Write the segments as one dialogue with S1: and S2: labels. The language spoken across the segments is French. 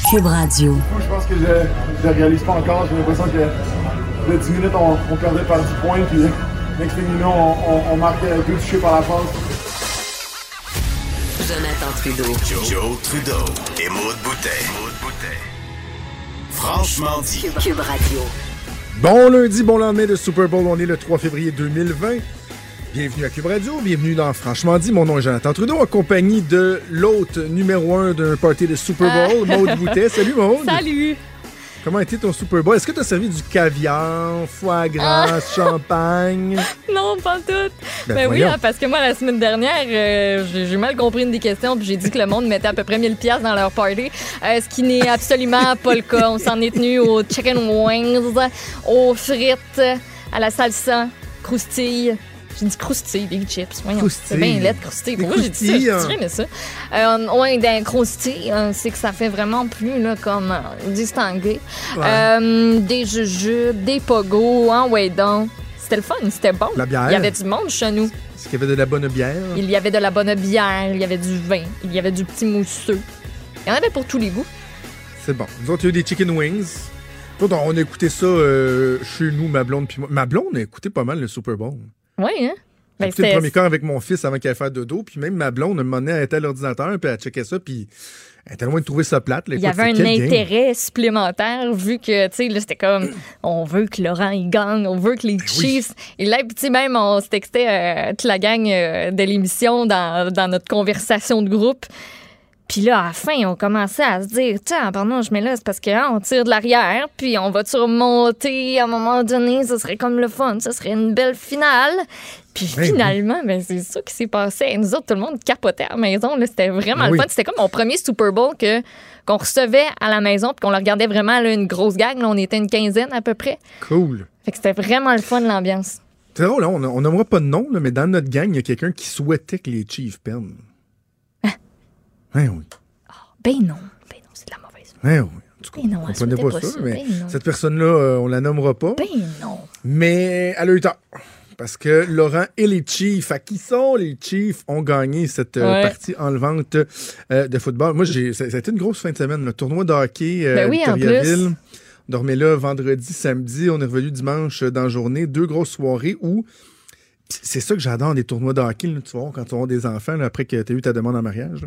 S1: Cube Radio.
S2: Je pense que je réalise pas encore. J'ai l'impression que de 10 minutes, on perdait par 10 points. Puis, next thing you know, on marquait 2 touchés par la passe.
S1: Jonathan Trudeau.
S3: Joe Trudeau et Maude Boutet. Franchement dit.
S1: Cube Radio.
S4: Bon lundi, bon lendemain de Super Bowl. On est le 3 février 2020. Bienvenue à Cube Radio, bienvenue dans Franchement dit. Mon nom est Jonathan Trudeau, en compagnie de l'hôte numéro 1 d'un party de Super Bowl, Maude Boutet. Salut Maude!
S5: Salut!
S4: Comment a été ton Super Bowl? Est-ce que tu as servi du caviar, foie gras, champagne?
S5: Non, pas tout.
S4: Ben
S5: Oui, parce que moi, la semaine dernière, j'ai mal compris une des questions, puis j'ai dit que le monde mettait à peu près 1000$ dans leur party, ce qui n'est absolument pas le cas. On s'en est tenu aux chicken wings, aux frites, à la salsa, croustille. J'ai dit croustille, big chips. Voyons, c'est bien laid de croustille. Pourquoi j'ai dit ça? J'ai jamais ça. Oui, d'un croustille, c'est que ça fait vraiment plus là, comme distingué. Ouais. Des jujubes, des pogos, ouais donc. C'était le fun, c'était bon.
S4: La bière.
S5: Il y avait du monde chez nous.
S4: Est-ce qu'il y avait de la bonne bière?
S5: Il y avait de la bonne bière, il y avait du vin, il y avait du petit mousseux. Il y en avait pour tous les goûts.
S4: C'est bon. Nous autres, il y a eu des chicken wings. On a écouté ça chez nous, ma blonde puis moi. Ma blonde a écouté pas mal le Super Bowl.
S5: Oui, hein?
S4: J'ai écouté le premier quart avec mon fils avant qu'il aille faire dodo, puis même ma blonde, à un moment donné, elle était à l'ordinateur, puis elle checkait ça, puis elle était loin de trouver ça plate. Là.
S5: Il y avait un intérêt supplémentaire, vu que, tu sais, là, c'était comme, on veut que Laurent, il gagne, on veut que les Chiefs... Et là, tu sais, même, on se textait toute la gang de l'émission dans notre conversation de groupe. Puis là, à la fin, on commençait à se dire, tiens, pardon, je mets là, c'est parce qu'on tire de l'arrière, puis on va remonter à un moment donné, ça serait comme le fun, ça serait une belle finale. Puis finalement, ben, c'est ça qui s'est passé. Nous autres, tout le monde capotait à la maison. Là, c'était vraiment le fun. C'était comme mon premier Super Bowl qu'on recevait à la maison, puis qu'on le regardait vraiment là, une grosse gang. Là, on était une quinzaine à peu près.
S4: Cool.
S5: Fait que c'était vraiment le fun, l'ambiance.
S4: C'est drôle, hein? On n'aimera pas de nom, là, mais dans notre gang, il y a quelqu'un qui souhaitait que les Chiefs perdent. Oui.
S5: Oh, ben non, c'est de la mauvaise foi.
S4: Oui. En tout cas,
S5: ben non,
S4: on ne connaît pas ça, mais
S5: ben
S4: cette personne-là, on la nommera pas.
S5: Ben non.
S4: Mais elle a eu tort. Parce que Laurent et les Chiefs, à qui sont les Chiefs, ont gagné cette partie enlevante de football. Moi, ça a été une grosse fin de semaine. Le tournoi de hockey Victoriaville. On dormait là vendredi, samedi. On est revenu dimanche dans la journée. 2 grosses soirées où... C'est ça que j'adore des tournois de hockey, là, tu vois, quand tu vas avoir des enfants, là, après que tu as eu ta demande en mariage.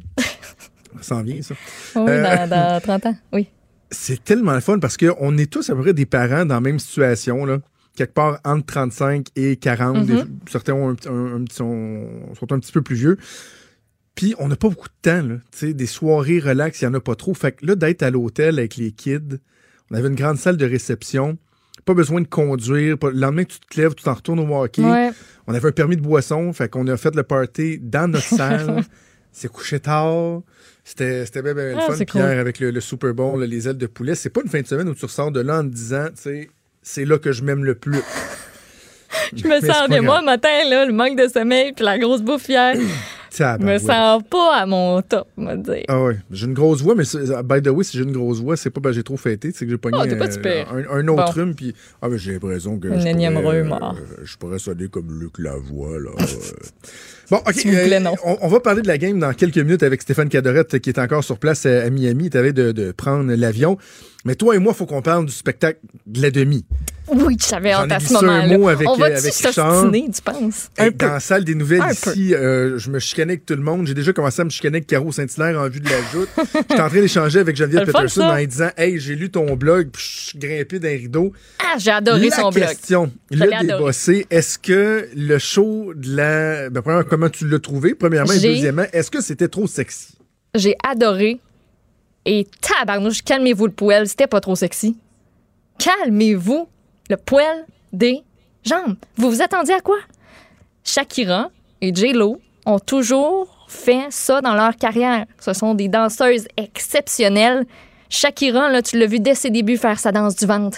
S4: Ça s'en vient, ça.
S5: Oui, dans 30 ans, oui.
S4: C'est tellement le fun parce qu'on est tous à peu près des parents dans la même situation, là. Quelque part entre 35 et 40.
S5: Mm-hmm.
S4: Certains sont un petit peu plus vieux. Puis on n'a pas beaucoup de temps, là. T'sais, des soirées relax, il n'y en a pas trop. Fait que là, d'être à l'hôtel avec les kids, on avait une grande salle de réception. Pas besoin de conduire. Le lendemain, tu te lèves, tu t'en retournes au hockey. Ouais. On avait un permis de boisson, fait qu'on a fait le party dans notre salle. C'est couché tard. C'était bien le fun. Puis hier, avec le Super Bowl, là, les ailes de poulet, c'est pas une fin de semaine où tu ressors de là en te disant, tu sais, c'est là que je m'aime le plus.
S5: Je me sens de moi, matin, là, le manque de sommeil puis la grosse bouffe hier. Je me sens pas à mon top, on va dire.
S4: Ah oui, j'ai une grosse voix, mais by the way, si j'ai une grosse voix, c'est pas parce que j'ai trop fêté, c'est que j'ai pogné un autre rhume, puis j'ai l'impression que je pourrais sonner comme Luc Lavoie, là. Bon, OK,
S5: s'il vous plaît, non.
S4: On va parler de la game dans quelques minutes avec Stéphane Cadorette, qui est encore sur place à Miami. Tu avais de prendre l'avion. Mais toi et moi, il faut qu'on parle du spectacle de la demi.
S5: Oui, j'avais hâte à ce moment-là.
S4: Avec,
S5: on va-tu
S4: s'ostiner,
S5: tu penses?
S4: Dans la salle des nouvelles ici, je me chicanais avec tout le monde. J'ai déjà commencé à me chicaner avec Caro Saint-Hilaire en vue de la joute. J'étais en train d'échanger avec Geneviève Peterson en lui disant « Hey, j'ai lu ton blog, puis je suis grimpé d'un rideau. »
S5: Ah, j'ai adoré son blog.
S4: La question, le débossé, est-ce que le show de la... Ben, premièrement, comment tu l'as trouvé? Premièrement, et deuxièmement, est-ce que c'était trop sexy?
S5: J'ai adoré. Et tabarnouche, calmez-vous le poêle, c'était pas trop sexy. Calmez-vous le poêle des jambes. Vous vous attendiez à quoi? Shakira et J-Lo ont toujours fait ça dans leur carrière. Ce sont des danseuses exceptionnelles. Shakira, là, tu l'as vu dès ses débuts faire sa danse du ventre.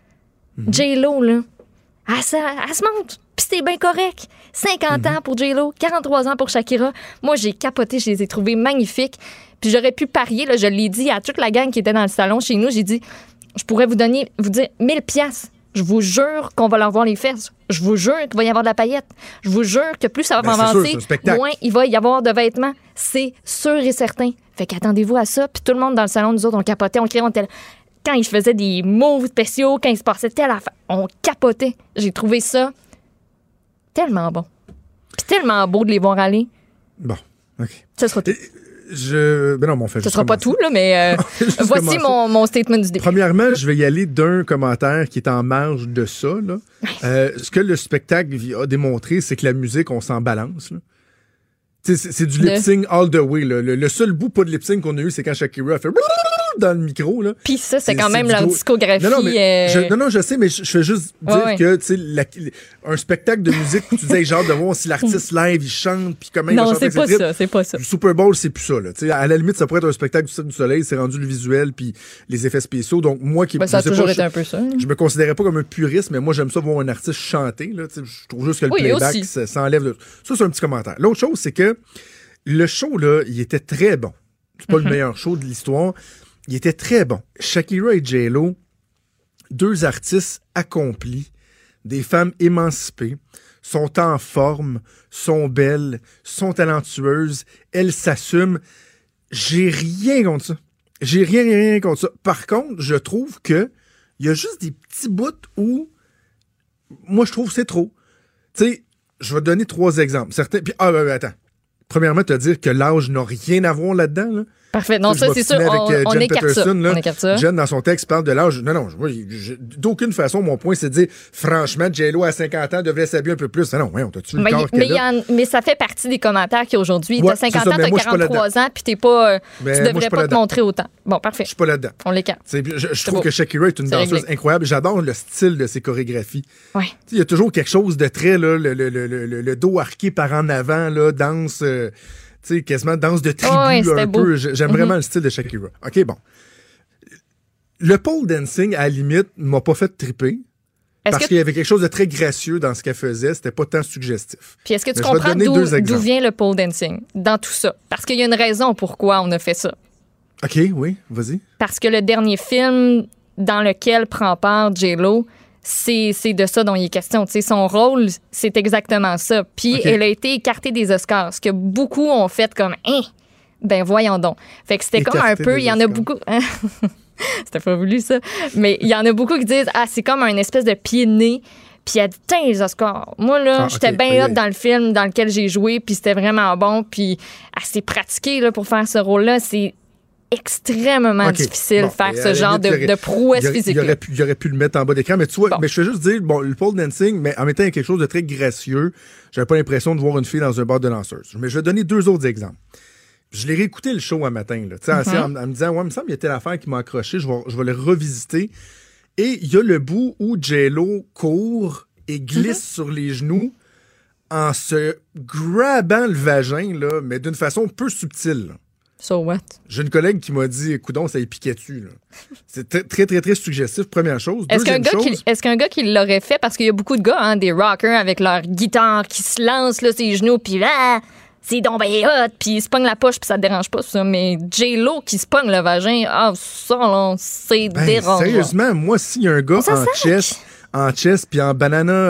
S5: J-Lo, là, elle se monte. Puis c'était bien correct. 50 ans pour J-Lo, 43 ans pour Shakira. Moi, j'ai capoté, je les ai trouvés magnifiques. Puis j'aurais pu parier, là, je l'ai dit à toute la gang qui était dans le salon chez nous, j'ai dit, je pourrais vous dire 1000$. Je vous jure qu'on va leur voir les fesses. Je vous jure qu'il va y avoir de la paillette. Je vous jure que plus ça va avancer, moins il va y avoir de vêtements. C'est sûr et certain. Fait qu'attendez-vous à ça. Puis tout le monde dans le salon, nous autres, on capotait, on criait, on était là. Quand ils faisaient des moves spéciaux, quand il se passait telle affaire, on capotait. J'ai trouvé ça tellement bon. Puis tellement beau de les voir aller.
S4: Bon, OK.
S5: Ça sera tout.
S4: Ben non, on fait
S5: Ce sera pas tout, là, mais voici mon statement du début.
S4: Premièrement, je vais y aller d'un commentaire qui est en marge de ça. Là. Ce que le spectacle a démontré, c'est que la musique, on s'en balance. Là. C'est du lip-sync all the way. Là. Le seul bout pas de lip-sync qu'on a eu, c'est quand Shakira a fait dans le micro. Là.
S5: Puis ça, c'est quand même leur discographie.
S4: Non, je sais, mais je fais juste dire que un spectacle de musique, tu disais genre de voir si l'artiste live, il chante, puis comment il va chanter.
S5: Non, c'est pas ça.
S4: Le Super Bowl, c'est plus ça. Là. À la limite, ça pourrait être un spectacle du Cirque du Soleil, c'est rendu le visuel, puis les effets spéciaux. Donc, moi qui
S5: ça a toujours été un peu ça.
S4: Je me considérais pas comme un puriste, mais moi, j'aime ça voir un artiste chanter. Là, je trouve juste que le playback s'enlève. Ça, c'est un petit commentaire. L'autre chose, c'est que le show, là, il était très bon. C'est pas le meilleur show de l'histoire. Il était très bon. Shakira et J-Lo, deux artistes accomplis, des femmes émancipées, sont en forme, sont belles, sont talentueuses, elles s'assument. J'ai rien contre ça. J'ai rien contre ça. Par contre, je trouve que il y a juste des petits bouts où moi, je trouve que c'est trop. Tu sais, je vais te donner 3 exemples. Certains. Puis, attends. Premièrement, te dire que l'âge n'a rien à voir là-dedans, là.
S5: Parfait. Non, ça, c'est sûr. On écarte ça. On écarte ça.
S4: Jen, dans son texte, parle de l'âge. Non, d'aucune façon, mon point, c'est de dire, franchement, J-Lo, à 50 ans, devrait s'habiller un peu plus. Non, on t'a-tu le corps qu'elle a?
S5: Mais ça fait partie des commentaires qu'il y a aujourd'hui. T'as 50 ans, t'as 43 ans, puis t'es pas... tu devrais pas te montrer autant. Bon, parfait.
S4: Je suis pas là-dedans.
S5: On l'écarte.
S4: Je trouve que Shakira est une danseuse incroyable. J'adore le style de ses chorégraphies.
S5: Ouais.
S4: Il y a toujours quelque chose de très, là, le dos arqué par en avant, là, danse... Tu sais, quasiment danse de tribu, un peu. J'aime vraiment le style de Shakira. OK, bon. Le pole dancing, à la limite, m'a pas fait triper. Parce qu'il y avait quelque chose de très gracieux dans ce qu'elle faisait. C'était pas tant suggestif.
S5: Puis est-ce que tu comprends d'où vient le pole dancing dans tout ça? Parce qu'il y a une raison pourquoi on a fait ça.
S4: OK, oui, vas-y.
S5: Parce que le dernier film dans lequel prend part J-Lo, c'est de ça dont il est question. T'sais, son rôle, c'est exactement ça. Puis elle a été écartée des Oscars, ce que beaucoup ont fait comme ben voyons donc. Fait que c'était comme un peu, il y en a beaucoup. C'était pas voulu ça, mais il y en a beaucoup qui disent c'est comme un espèce de pied de nez. Puis elle dit les Oscars. Moi là, j'étais bien hot dans le film dans lequel j'ai joué, puis c'était vraiment bon, puis elle s'est pratiquée là pour faire ce rôle-là. C'est extrêmement difficile faire ce genre de prouesse physique.
S4: Il aurait pu le mettre en bas d'écran, mais tu vois, mais je veux juste dire, le pole dancing, mais en même temps, il y a quelque chose de très gracieux. J'avais pas l'impression de voir une fille dans un bar de danseuse. Mais je vais donner 2 autres exemples. Je l'ai réécouté le show un matin, là, en me disant, il me semble qu'il y a telle affaire qui m'a accroché, je vais le revisiter. Et il y a le bout où J-Lo court et glisse sur les genoux en se grabant le vagin, là, mais d'une façon peu subtile. Là.
S5: So what?
S4: J'ai une collègue qui m'a dit, coudonc, ça y piquait dessus. C'est très, très, très suggestif, première chose.
S5: Est-ce qu'un gars qui l'aurait fait, parce qu'il y a beaucoup de gars, des rockers avec leur guitare qui se lancent là, ses genoux, puis c'est donc bien hot, puis il se pogne la poche, puis ça te dérange pas, ça. Mais J-Lo qui se pogne le vagin, ça, là, c'est dérangeant.
S4: Sérieusement, moi, s'il y a un gars en chest, puis en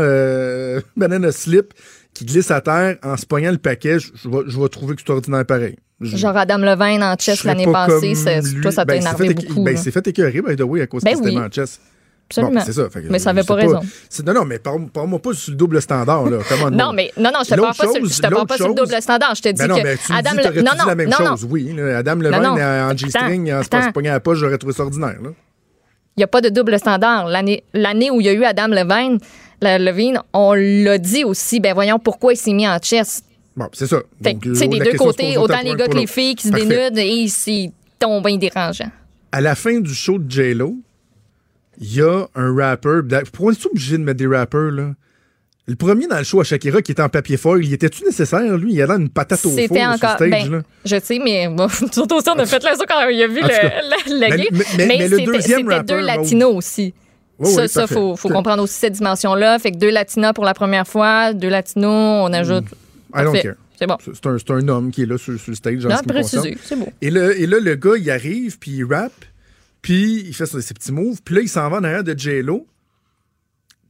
S4: banana slip, qui glisse à terre en se pognant le paquet, je vais trouver extraordinaire pareil.
S5: Genre Adam Levine en chess l'année passée, toi, ça t'a énervé beaucoup.
S4: Il s'est fait écœurer, by the way, à cause qu'il était en chess.
S5: Absolument.
S4: Bon, c'est ça.
S5: Mais ça n'avait pas raison.
S4: Non, mais parle-moi pas sur le double standard. Là.
S5: Non, je te parle pas sur le double standard. Je te dis que
S4: Adam Levine. Non, la même chose, oui. Adam Levine en G-string, en se pognant à la poche, j'aurais trouvé ça ordinaire.
S5: Il n'y a pas de double standard. L'année où il y a eu Adam Levine, on l'a dit aussi, ben voyons pourquoi il s'est mis en chess.
S4: Bon, c'est ça.
S5: Tu sais, des deux côtés, autant les gars que les filles qui se dénudent, et c'est tombé dérangeant.
S4: À la fin du show de J-Lo, il y a un rappeur. Pourquoi est-tu obligé de mettre des rappers, là? Le premier dans le show à Shakira qui était en papier foil, il était-tu nécessaire, lui? Il a l'air une patate au four sur le stage, là.
S5: Je sais, mais surtout aussi, on a fait là ça quand il a vu le gay. Mais c'était 2 latinos aussi. Ça, faut comprendre aussi cette dimension-là. Fait que 2 latinos pour la première fois, 2 latinos, on ajoute...
S4: I don't care.
S5: C'est bon.
S4: C'est un homme qui est là sur le stage.
S5: Non, précisé, c'est beau.
S4: Et là, le gars, il arrive, puis il rappe, puis il fait ses petits moves, puis là, il s'en va en arrière de J-Lo.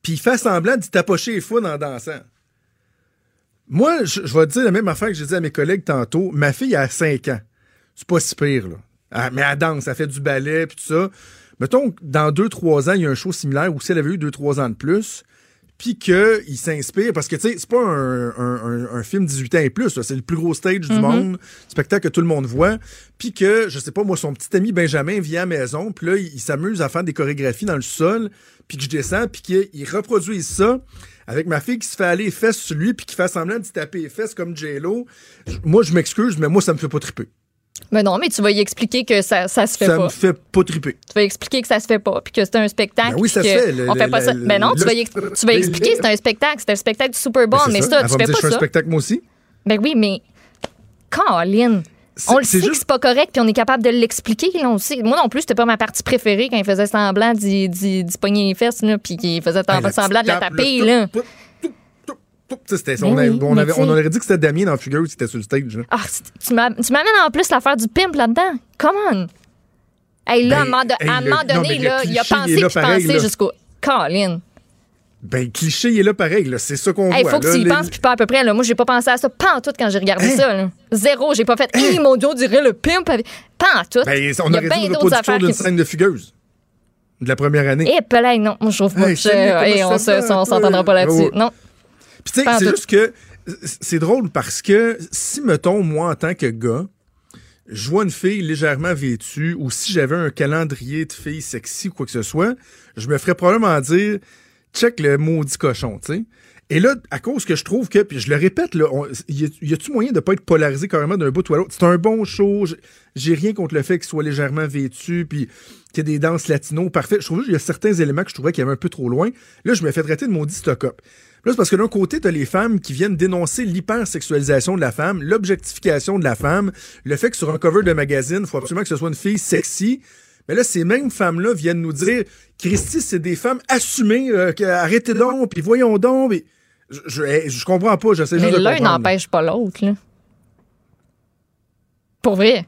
S4: puis il fait semblant d'y tapocher les founes en dansant. Moi, je vais te dire la même affaire que j'ai dit à mes collègues tantôt. Ma fille a 5 ans. C'est pas si pire, là. Mais elle danse, elle fait du ballet, puis tout ça. Mettons que dans 2-3 ans, il y a un show similaire où si elle avait eu 2-3 ans de plus, puis qu'il s'inspire, parce que, tu sais, c'est pas un film 18 ans et plus, là, c'est le plus gros stage du monde, spectacle que tout le monde voit, puis que, je sais pas, moi, son petit ami Benjamin vient à la maison, puis là, il s'amuse à faire des chorégraphies dans le sol, puis que je descends, puis qu'il reproduise ça avec ma fille qui se fait aller les fesses sur lui, puis qui fait semblant d'y taper les fesses comme J-Lo. Moi, je m'excuse, mais moi, ça me fait pas triper.
S5: Mais non, mais tu vas y expliquer que ça se fait pas.
S4: Ça me fait pas triper.
S5: Tu vas y expliquer que ça se fait pas, puis que c'est un spectacle.
S4: Ben oui, ça se fait.
S5: On fait pas ça. Mais non, tu vas y expliquer que c'est un spectacle. C'est un spectacle du Super Bowl, mais ça, tu fais pas ça. Je fais un spectacle,
S4: moi aussi.
S5: Ben oui, mais Colin, on le sait que c'est pas correct, puis on est capable de l'expliquer. Là, on sait. Moi non plus, c'était pas ma partie préférée quand il faisait semblant d'y pogner les fesses, là, puis qu'il faisait semblant de la taper, là.
S4: On aurait dit que c'était Damien dans Fugueuse qui était sur le stage. Là.
S5: Ah, tu m'amènes en plus l'affaire du pimp là-dedans. Come on! Hey, là, à un moment donné, là, il a pensé puis pensé jusqu'au... Colin!
S4: Ben, le cliché, il est là pareil. Là. C'est ça qu'on voit.
S5: Il faut que tu y penses, puis pas à peu près. Là. Moi, j'ai pas pensé à ça. Pas en tout quand j'ai regardé ça. Là. Zéro. J'ai pas fait « mon Dieu, on dirait le pimp! » Pas en tout.
S4: Ben, on aurait dit une reproduction d'une scène de Fugueuse. De la première année.
S5: Eh, peut-être, non. Moi, je trouve pas que... on s'entendra pas là-dessus. Non.
S4: Puis tu sais, c'est juste que c'est drôle parce que si, mettons, moi, en tant que gars, je vois une fille légèrement vêtue ou si j'avais un calendrier de filles sexy ou quoi que ce soit, je me ferais probablement dire « check le maudit cochon », tu sais. Et là, à cause que je trouve que, puis je le répète, là, y a-tu moyen de pas être polarisé carrément d'un bout ou à l'autre? C'est un bon show, j'ai rien contre le fait qu'il soit légèrement vêtu, puis qu'il y ait des danses latino, parfait. Je trouve qu'il y a certains éléments que je trouvais qu'il y avait un peu trop loin. Là, je me fais traiter de maudit stock-up. Là, c'est parce que d'un côté, t'as les femmes qui viennent dénoncer l'hypersexualisation de la femme, l'objectification de la femme, le fait que sur un cover de magazine, il faut absolument que ce soit une fille sexy. Mais là, ces mêmes femmes-là viennent nous dire « Christy, c'est des femmes assumées, arrêtez donc, puis voyons donc. » Je comprends pas, j'essaie juste de comprendre.
S5: Mais l'un n'empêche pas l'autre, là. Pour vrai.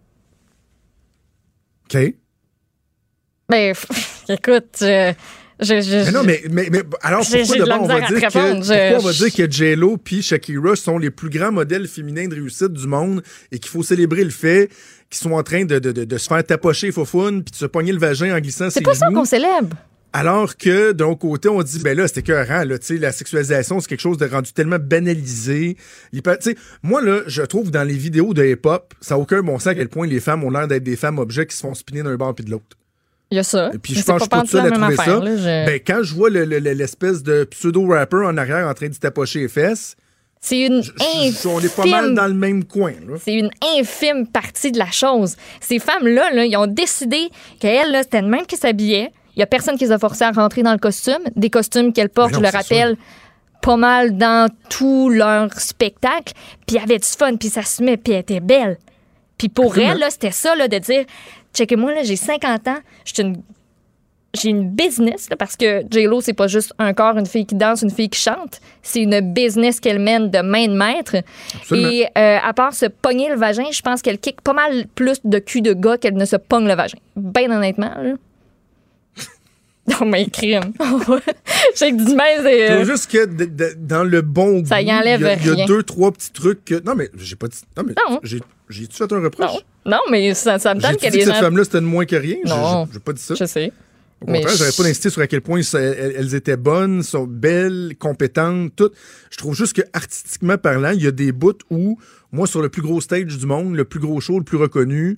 S4: OK.
S5: Ben, écoute...
S4: Mais non, mais alors pourquoi d'abord on va dire que J-Lo puis Shakira sont les plus grands modèles féminins de réussite du monde et qu'il faut célébrer le fait qu'ils sont en train de se faire tapocher foufoune puis de se pogner le vagin en glissant ses genoux.
S5: C'est pas ça qu'on célèbre.
S4: Alors que d'un côté on dit ben là c'était écœurant là, tu sais la sexualisation c'est quelque chose de rendu tellement banalisé. Tu sais moi là je trouve dans les vidéos de hip-hop ça n'a aucun bon sens à quel point les femmes ont l'air d'être des femmes objets qui se font spinner d'un bord puis de l'autre.
S5: Il y a ça.
S4: Et puis je pense que je suis tout seul à trouver ça. Là, ben, quand je vois l'espèce de pseudo-rapper en arrière en train de tapocher les fesses,
S5: c'est une
S4: on est pas mal dans le même coin. Là.
S5: C'est une infime partie de la chose. Ces femmes-là, là, ils ont décidé qu'elles, là, c'était le même qui s'habillait. Il y a personne qui les a forcées à rentrer dans le costume. Des costumes qu'elles portent, je le rappelle, pas mal dans tout leur spectacle. Puis il y avait du fun, puis ça se met, puis elle était belle. Puis pour elle, là, c'était ça, là, de dire... Checkez-moi, là, j'ai 50 ans, j'ai une business, là, parce que J-Lo, c'est pas juste un corps, une fille qui danse, une fille qui chante. C'est une business qu'elle mène de main de maître. Absolument. Et à part se pogner le vagin, je pense qu'elle kick pas mal plus de cul de gars qu'elle ne se pogne le vagin. Ben honnêtement, là. Non, mais crime. J'ai dit, mais
S4: c'est juste que dans le bon goût,
S5: ça y enlève
S4: il y a 2-3 petits trucs que... Non, mais j'ai pas dit... Non, mais j'ai-tu fait un reproche?
S5: Non, mais ça me donne
S4: que les gens... cette femme-là, c'était de moins que rien?
S5: Non.
S4: J'ai pas dit ça.
S5: Je sais.
S4: Au contraire, j'aurais pas insisté sur à quel point elles étaient bonnes, sont belles, compétentes, toutes. Je trouve juste que artistiquement parlant, il y a des bouts où, moi, sur le plus gros stage du monde, le plus gros show, le plus reconnu...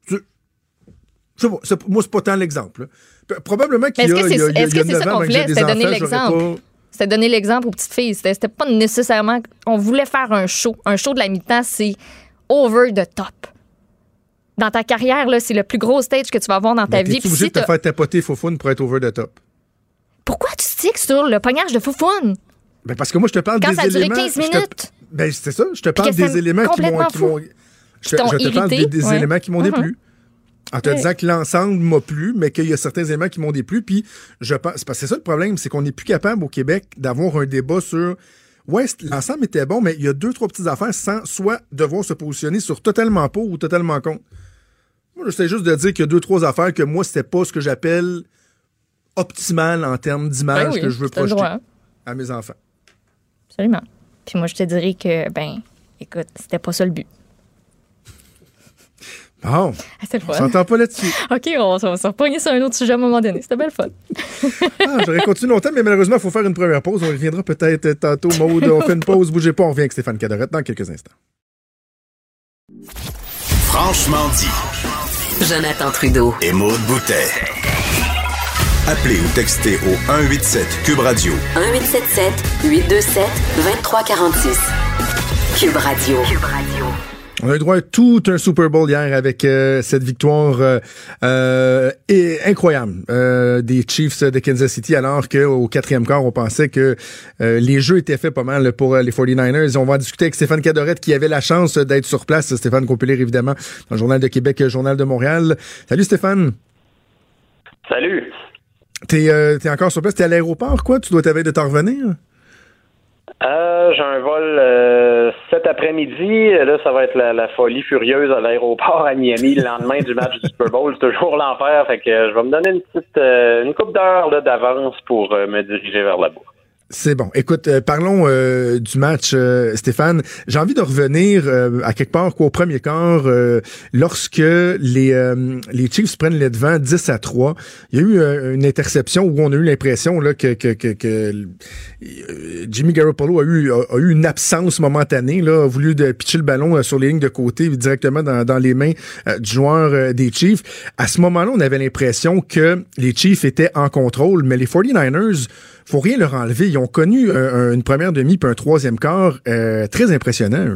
S4: Moi, c'est pas tant l'exemple. Probablement qu'il y a 9 ans,
S5: est-ce que c'est ça qu'on voulait? C'était donner l'exemple. C'était donner l'exemple aux petites filles. C'était pas nécessairement... On voulait faire un show. Un show de la mi-temps, c'est over the top. Dans ta carrière, là, c'est le plus gros stage que tu vas avoir dans ta vie.
S4: Tu es obligé de te faire tapoter foufoune pour être over the top.
S5: Pourquoi tu sticks sur le pognage de foufoune?
S4: Ben parce que moi, je te parle des éléments...
S5: Quand ça a duré 15 minutes.
S4: Ben c'est ça. Je te parle des éléments qui m'ont... Je te parle des éléments qui m'ont déplu. En te disant que l'ensemble m'a plu, mais qu'il y a certains éléments qui m'ont déplu. Puis, je pense, c'est parce que c'est ça le problème, c'est qu'on n'est plus capable au Québec d'avoir un débat sur ouais, l'ensemble était bon, mais il y a 2-3 petites affaires sans soit devoir se positionner sur totalement pour ou totalement contre. Moi, j'essaie juste de dire qu'il y a 2-3 affaires que moi, c'était pas ce que j'appelle optimale en termes d'image
S5: oui,
S4: que je veux
S5: c'est le
S4: projeter
S5: droit.
S4: à mes enfants.
S5: Absolument. Puis moi, je te dirais que, écoute, c'était pas ça le but.
S4: Bon,
S5: C'était le
S4: on
S5: fun.
S4: s'entend pas là-dessus.
S5: OK, on va se repogner sur un autre sujet à un moment donné. C'était belle fun.
S4: J'aurais continué longtemps, mais malheureusement, il faut faire une première pause. On reviendra peut-être tantôt. Maud, on fait une pause. Bougez pas, on revient avec Stéphane Cadorette dans quelques instants.
S3: Franchement dit.
S1: Jonathan Trudeau.
S3: Et Maud Boutet. Appelez ou textez au 187 Cube Radio.
S1: 1877-827-2346. Cube Radio.
S4: On a eu droit à tout un Super Bowl hier avec cette victoire incroyable des Chiefs de Kansas City, alors qu'au quatrième quart, on pensait que les jeux étaient faits pas mal pour les 49ers. On va en discuter avec Stéphane Cadorette, qui avait la chance d'être sur place. Stéphane qu'on peut lire évidemment dans le Journal de Québec, Journal de Montréal. Salut Stéphane.
S6: Salut.
S4: T'es encore sur place? T'es à l'aéroport, quoi? Tu dois t'avoir de t'en revenir?
S6: J'ai un vol cet après-midi. Là, ça va être la folie furieuse à l'aéroport à Miami le lendemain du match du Super Bowl. C'est toujours l'enfer. Fait que je vais me donner une couple d'heures là, d'avance pour me diriger vers là-bas.
S4: C'est bon. Écoute, parlons du match, Stéphane. J'ai envie de revenir à quelque part au premier quart, lorsque les Chiefs prennent les devants 10-3. Il y a eu une interception où on a eu l'impression là que Jimmy Garoppolo a eu une absence momentanée, là, a voulu pitcher le ballon sur les lignes de côté directement dans les mains du joueur des Chiefs. À ce moment-là, on avait l'impression que les Chiefs étaient en contrôle, mais les 49ers, faut rien leur enlever. Ils ont connu une première demi puis un troisième quart très impressionnant.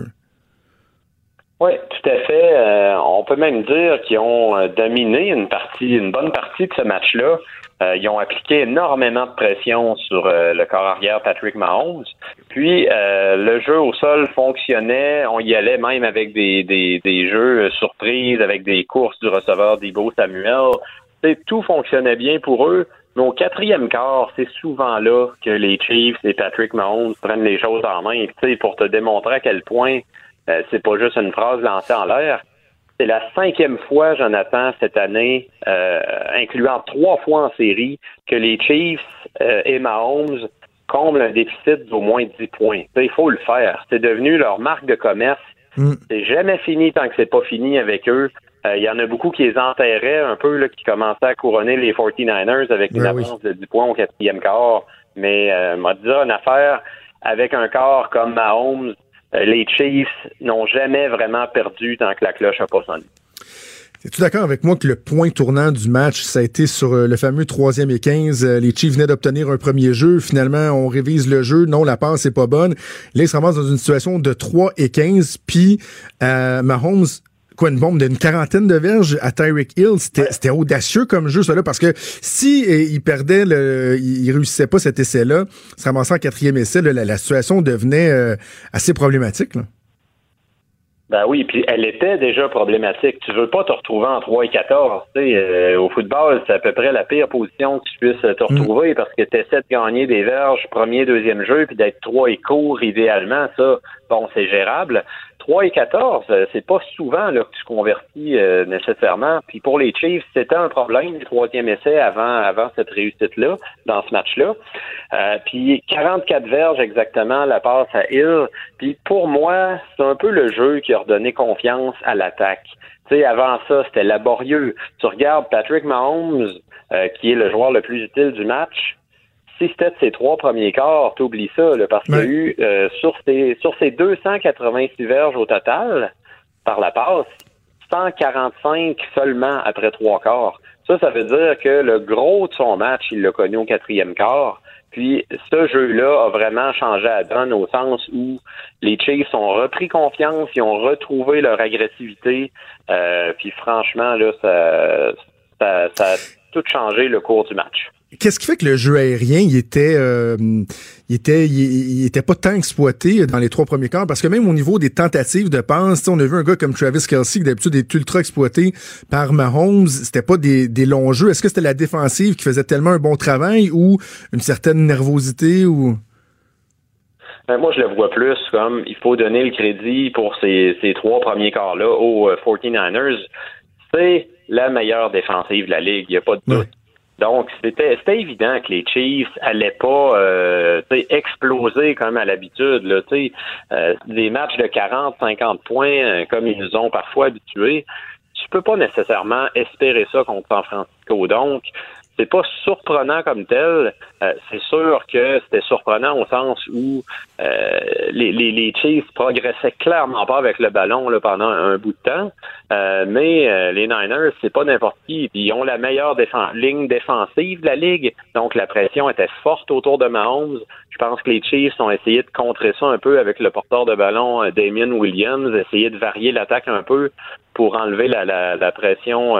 S6: Oui, tout à fait. On peut même dire qu'ils ont dominé une bonne partie de ce match-là. Ils ont appliqué énormément de pression sur le corps arrière Patrick Mahomes. Puis le jeu au sol fonctionnait. On y allait même avec des jeux surprises, avec des courses du receveur Deebo Samuel. Tout fonctionnait bien pour eux. Mais au quatrième quart, c'est souvent là que les Chiefs et Patrick Mahomes prennent les choses en main. Et, pour te démontrer à quel point c'est pas juste une phrase lancée en l'air. C'est la 5e fois, Jonathan, cette année, incluant 3 fois en série, que les Chiefs et Mahomes comblent un déficit d'au moins 10 points. Il faut le faire. C'est devenu leur marque de commerce. C'est jamais fini tant que c'est pas fini avec eux. Il y en a beaucoup qui les enterraient un peu, là, qui commençaient à couronner les 49ers avec une avance de 10 points au quatrième quart. Mais m'a dit une affaire, avec un quart comme Mahomes, les Chiefs n'ont jamais vraiment perdu tant que la cloche n'a pas sonné.
S4: Es-tu d'accord avec moi que le point tournant du match, ça a été sur le fameux 3e et 15? Les Chiefs venaient d'obtenir un premier jeu. Finalement, on révise le jeu. Non, la passe n'est pas bonne. Là, ils se ramassent dans une situation de 3 et 15. Puis Mahomes... une bombe d'une 40aine de verges à Tyreek Hill, c'était audacieux comme jeu, ça là, parce que si il perdait, il réussissait pas cet essai-là, se ramassait en 4e essai, là, la situation devenait assez problématique, là.
S6: Ben oui, puis elle était déjà problématique. Tu veux pas te retrouver en 3 et 14. Au football, c'est à peu près la pire position que tu puisses te retrouver parce que tu essaies de gagner des verges, premier, deuxième jeu, puis d'être 3 et court idéalement. Ça, bon, c'est gérable. 3 et 14, c'est pas souvent là, que tu convertis nécessairement. Puis pour les Chiefs, c'était un problème, le 3e essai avant cette réussite-là, dans ce match-là. Puis 44 verges exactement, la passe à Hill. Puis pour moi, c'est un peu le jeu qui a redonné confiance à l'attaque. Tu sais, avant ça, c'était laborieux. Tu regardes Patrick Mahomes, qui est le joueur le plus utile du match. Si c'était de ses 3 premiers quarts, t'oublies ça, là, parce qu'il y a eu sur ses 286 verges au total par la passe, 145 seulement après 3 quarts. Ça veut dire que le gros de son match, il l'a connu au 4e quart. Puis ce jeu-là a vraiment changé la donne au sens où les Chiefs ont repris confiance, ils ont retrouvé leur agressivité. Puis franchement, là, ça a tout changé le cours du match.
S4: Qu'est-ce qui fait que le jeu aérien, il était pas tant exploité dans les 3 premiers quarts? Parce que même au niveau des tentatives de passe, on a vu un gars comme Travis Kelce, qui d'habitude est ultra exploité par Mahomes. C'était pas des longs jeux. Est-ce que c'était la défensive qui faisait tellement un bon travail ou une certaine nervosité ou...
S6: Moi, je le vois plus comme il faut donner le crédit pour ces 3 premiers quarts-là aux 49ers. C'est la meilleure défensive de la Ligue, il n'y a pas de doute. Donc, c'était évident que les Chiefs allaient pas exploser comme à l'habitude. Là, des matchs de 40, 50 points, comme ils nous ont parfois habitués, tu peux pas nécessairement espérer ça contre San Francisco. Donc, c'est pas surprenant comme tel. C'est sûr que c'était surprenant au sens où les Chiefs progressaient clairement pas avec le ballon là, pendant un bout de temps. Mais les Niners, c'est pas n'importe qui. Puis ils ont la meilleure ligne défensive de la Ligue. Donc la pression était forte autour de Mahomes. Je pense que les Chiefs ont essayé de contrer ça un peu avec le porteur de ballon Damien Williams, essayer de varier l'attaque un peu pour enlever la pression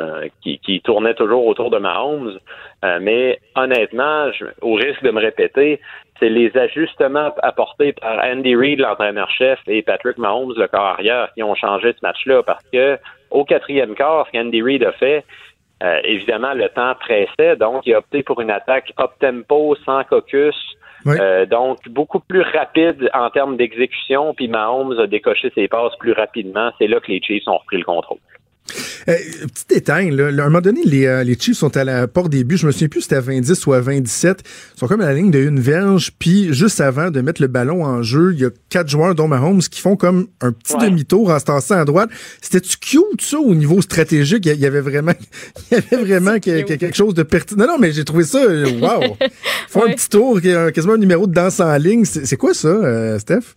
S6: qui tournait toujours autour de Mahomes. Mais honnêtement, au risque de me répéter, c'est les ajustements apportés par Andy Reid, l'entraîneur-chef, et Patrick Mahomes, le corps arrière, qui ont changé ce match-là. Parce que au quatrième quart, ce qu'Andy Reid a fait, évidemment, le temps pressait, donc il a opté pour une attaque up-tempo, sans caucus. Oui. Donc, beaucoup plus rapide en termes d'exécution, puis Mahomes a décoché ses passes plus rapidement. C'est là que les Chiefs ont repris le contrôle.
S4: Petit détail, là, à un moment donné, les Chiefs sont à la porte des buts. Je me souviens plus si c'était à 20-10 ou à 20-17. Ils sont comme à la ligne de une verge. Puis, juste avant de mettre le ballon en jeu, il y a 4 joueurs, dont Mahomes, qui font comme un petit demi-tour en se tassant à droite. C'était-tu cute, ça, au niveau stratégique? Il y avait vraiment quelque chose de pertinent. Non, mais j'ai trouvé ça, wow! Ils font un petit tour, quasiment un numéro de danse en ligne. C'est quoi ça, Steph?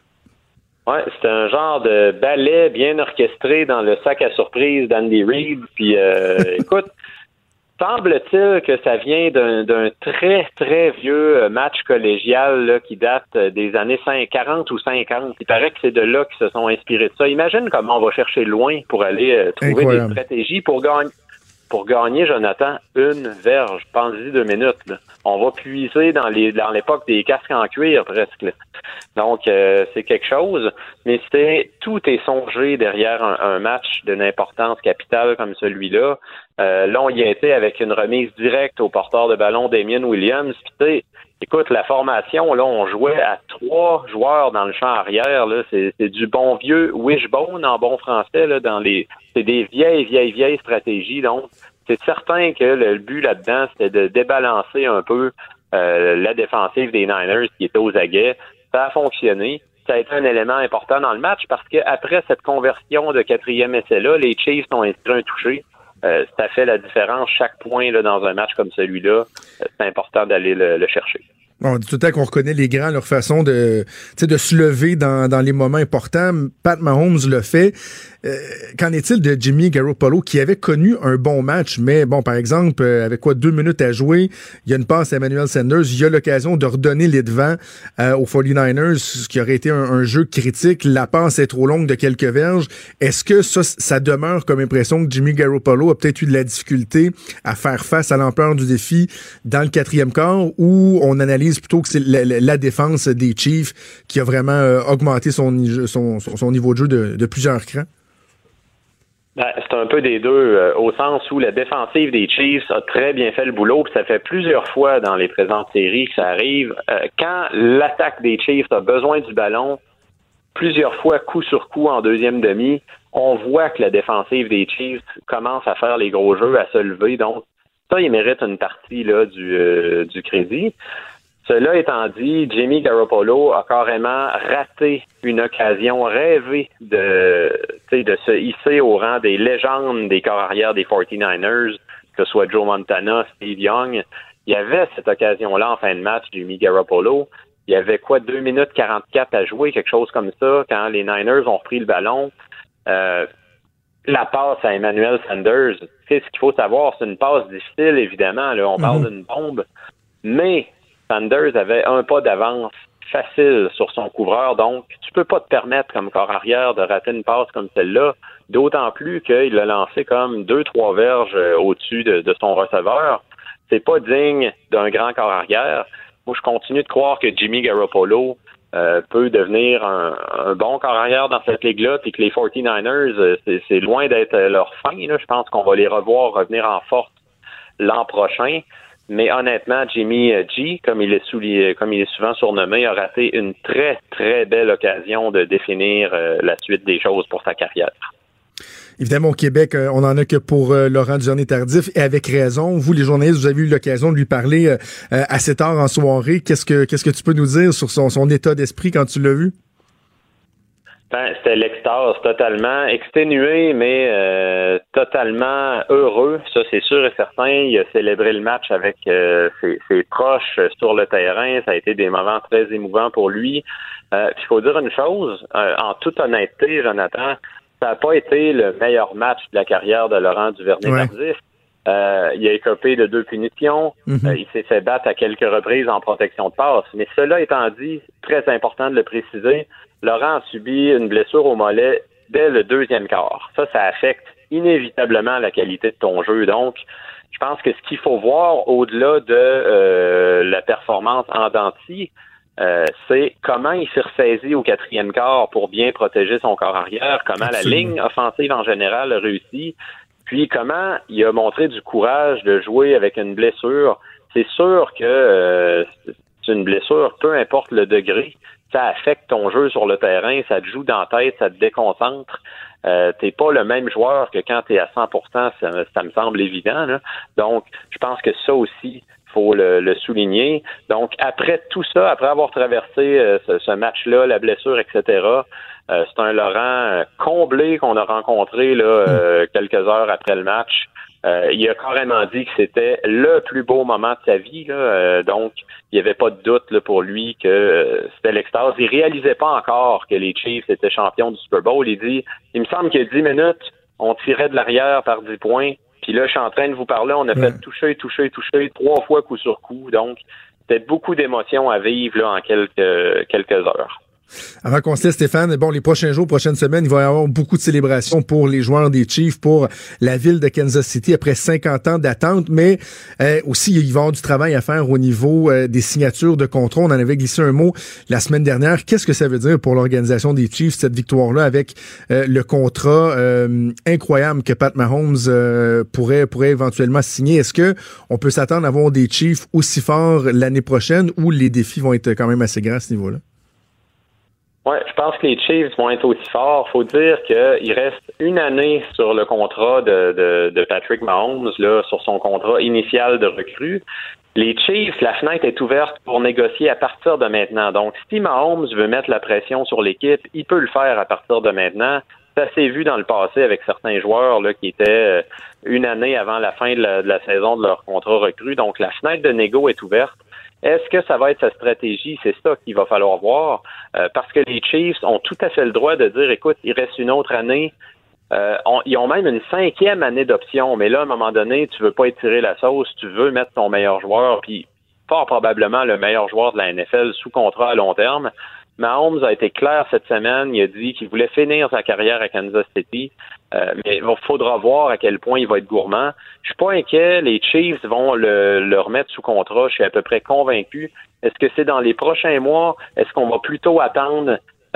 S6: Ouais, c'est un genre de ballet bien orchestré dans le sac à surprise d'Andy Reid. Puis, écoute, semble-t-il que ça vient d'un très, très vieux match collégial là, qui date des années 40 ou 50. Il paraît que c'est de là qu'ils se sont inspirés de ça. Imagine comment on va chercher loin pour aller trouver des stratégies pour gagner, Jonathan, une verge. Pense-y 2 minutes. Là. On va puiser dans l'époque des casques en cuir, presque. Là. Donc, c'est quelque chose. Mais tout est songé derrière un match d'une importance capitale comme celui-là. Là, on y a été avec une remise directe au porteur de ballon Damien Williams. Puis, écoute, la formation, là, on jouait à 3 joueurs dans le champ arrière. Là, c'est du bon vieux wishbone en bon français. Là, c'est des vieilles stratégies. Donc, c'est certain que le but là-dedans, c'était de débalancer un peu la défensive des Niners qui était aux aguets. Ça a fonctionné. Ça a été un élément important dans le match parce qu'après cette conversion de 4e essai-là, les Chiefs ont inscrit un touché. Ça fait la différence. Chaque point là, dans un match comme celui-là, c'est important d'aller le chercher.
S4: On dit tout le temps qu'on reconnaît les grands, leur façon de se lever dans les moments importants. Pat Mahomes le fait. Qu'en est-il de Jimmy Garoppolo, qui avait connu un bon match, mais bon, par exemple, avec 2 minutes à jouer, il y a une passe à Emmanuel Sanders, il y a l'occasion de redonner les devants aux 49ers, ce qui aurait été un jeu critique. La passe est trop longue de quelques verges. Est-ce que ça demeure comme impression que Jimmy Garoppolo a peut-être eu de la difficulté à faire face à l'ampleur du défi dans le 4e quart, ou on analyse plutôt que c'est la défense des Chiefs qui a vraiment augmenté son niveau de jeu de plusieurs crans?
S6: Ben, c'est un peu des deux, au sens où la défensive des Chiefs a très bien fait le boulot, puis ça fait plusieurs fois dans les présentes séries que ça arrive. Quand l'attaque des Chiefs a besoin du ballon, plusieurs fois, coup sur coup en deuxième demi, on voit que la défensive des Chiefs commence à faire les gros jeux, à se lever. Donc, ça, il mérite une partie là du crédit. Cela étant dit, Jimmy Garoppolo a carrément raté une occasion rêvée de se hisser au rang des légendes des corps arrière des 49ers, que ce soit Joe Montana, Steve Young. Il y avait cette occasion-là en fin de match, Jimmy Garoppolo. Il y avait 2 minutes 44 à jouer, quelque chose comme ça, quand les Niners ont repris le ballon. La passe à Emmanuel Sanders, ce qu'il faut savoir, c'est une passe difficile, évidemment. Là, on parle d'une bombe, mais Sanders avait un pas d'avance facile sur son couvreur, donc tu peux pas te permettre comme corps arrière de rater une passe comme celle-là, d'autant plus qu'il l'a lancé comme 2-3 verges au-dessus de son receveur. C'est pas digne d'un grand corps arrière. Moi, je continue de croire que Jimmy Garoppolo peut devenir un bon corps arrière dans cette ligue-là, puis que les 49ers, c'est loin d'être leur fin. Là. Je pense qu'on va les revoir revenir en force l'an prochain. Mais honnêtement, Jimmy G, comme il est souvent surnommé, a raté une très, très belle occasion de définir la suite des choses pour sa carrière.
S4: Évidemment, au Québec, on en a que pour Laurent Duvernay-Tardif, et avec raison. Vous, les journalistes, vous avez eu l'occasion de lui parler assez tard en soirée. Qu'est-ce que tu peux nous dire sur son état d'esprit quand tu l'as vu?
S6: C'était l'extase, totalement exténué, mais totalement heureux. Ça, c'est sûr et certain. Il a célébré le match avec ses proches sur le terrain. Ça a été des moments très émouvants pour lui. Puis il faut dire une chose, en toute honnêteté, Jonathan, ça n'a pas été le meilleur match de la carrière de Laurent Duvernay-Tardif. Il a écopé de 2 punitions. Il s'est fait battre à quelques reprises en protection de passe. Mais cela étant dit, très important de le préciser, Laurent a subi une blessure au mollet dès le 2e quart. Ça affecte inévitablement la qualité de ton jeu. Donc, je pense que ce qu'il faut voir au-delà de la performance en dents de scie, c'est comment il s'est ressaisi au 4e quart pour bien protéger son corps arrière, comment la ligne offensive en général a réussi, puis comment il a montré du courage de jouer avec une blessure. C'est sûr que c'est une blessure, peu importe le degré, ça affecte ton jeu sur le terrain, ça te joue dans la tête, ça te déconcentre. T'es pas le même joueur que quand t'es à 100%, ça me semble évident, là. Donc, je pense que ça aussi, faut le souligner. Donc, après tout ça, après avoir traversé ce match-là, la blessure, etc., c'est un Laurent comblé qu'on a rencontré là quelques heures après le match. Il a carrément dit que c'était le plus beau moment de sa vie, là. Donc, il n'y avait pas de doute là, pour lui que c'était l'extase. Il réalisait pas encore que les Chiefs étaient champions du Super Bowl. Il dit, il me semble qu'il y a 10 minutes, on tirait de l'arrière par 10 points. Puis là, je suis en train de vous parler, on a fait toucher, 3 fois coup sur coup. Donc, c'était beaucoup d'émotions à vivre là en quelques heures.
S4: Avant qu'on se laisse, Stéphane, bon, les prochains jours, prochaines semaines, il va y avoir beaucoup de célébrations pour les joueurs des Chiefs, pour la ville de Kansas City après 50 ans d'attente, mais aussi, il va y avoir du travail à faire au niveau des signatures de contrats. On en avait glissé un mot la semaine dernière. Qu'est-ce que ça veut dire pour l'organisation des Chiefs, cette victoire-là, avec le contrat incroyable que Pat Mahomes pourrait éventuellement signer? Est-ce que on peut s'attendre à avoir des Chiefs aussi forts l'année prochaine ou les défis vont être quand même assez grands à ce niveau-là?
S6: Ouais, je pense que les Chiefs vont être aussi forts. Faut dire qu'il reste une année sur le contrat de Patrick Mahomes, là, sur son contrat initial de recrue. Les Chiefs, la fenêtre est ouverte pour négocier à partir de maintenant. Donc, si Mahomes veut mettre la pression sur l'équipe, il peut le faire à partir de maintenant. Ça s'est vu dans le passé avec certains joueurs là qui étaient une année avant la fin de la saison de leur contrat recrue. Donc, la fenêtre de négo est ouverte. Est-ce que ça va être sa stratégie? C'est ça qu'il va falloir voir. Parce que les Chiefs ont tout à fait le droit de dire, écoute, il reste une autre année. Ils ont même une 5e année d'option. Mais là, à un moment donné, tu veux pas étirer la sauce. Tu veux mettre ton meilleur joueur, puis fort probablement le meilleur joueur de la NFL sous contrat à long terme. Mahomes a été clair cette semaine. Il a dit qu'il voulait finir sa carrière à Kansas City. Mais il faudra voir à quel point il va être gourmand. Je suis pas inquiet. Les Chiefs vont le remettre sous contrat. Je suis à peu près convaincu. Est-ce que c'est dans les prochains mois? Est-ce qu'on va plutôt attendre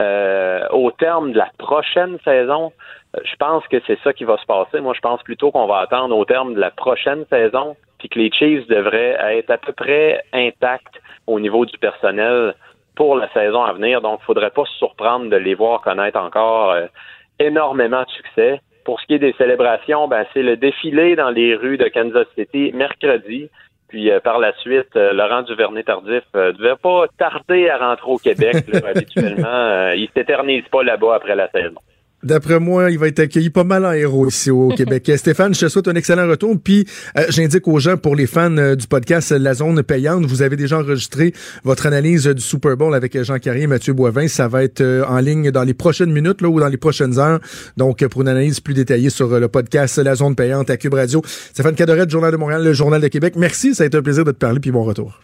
S6: au terme de la prochaine saison? Je pense que c'est ça qui va se passer. Moi, je pense plutôt qu'on va attendre au terme de la prochaine saison, puis que les Chiefs devraient être à peu près intacts au niveau du personnel pour la saison à venir. Donc, il ne faudrait pas se surprendre de les voir connaître encore énormément de succès. Pour ce qui est des célébrations, c'est le défilé dans les rues de Kansas City mercredi. Puis par la suite, Laurent Duvernay-Tardif devait pas tarder à rentrer au Québec. Là, habituellement, il s'éternise pas là-bas après la saison.
S4: D'après moi, il va être accueilli pas mal en héros ici au Québec. Stéphane, je te souhaite un excellent retour. Puis, j'indique aux gens, pour les fans du podcast La Zone Payante, vous avez déjà enregistré votre analyse du Super Bowl avec Jean Carrier et Mathieu Boivin. Ça va être en ligne dans les prochaines minutes là, ou dans les prochaines heures. Donc, pour une analyse plus détaillée sur le podcast La Zone Payante à Cube Radio. Stéphane Cadoret, du Journal de Montréal, le Journal de Québec. Merci, ça a été un plaisir de te parler, puis bon retour.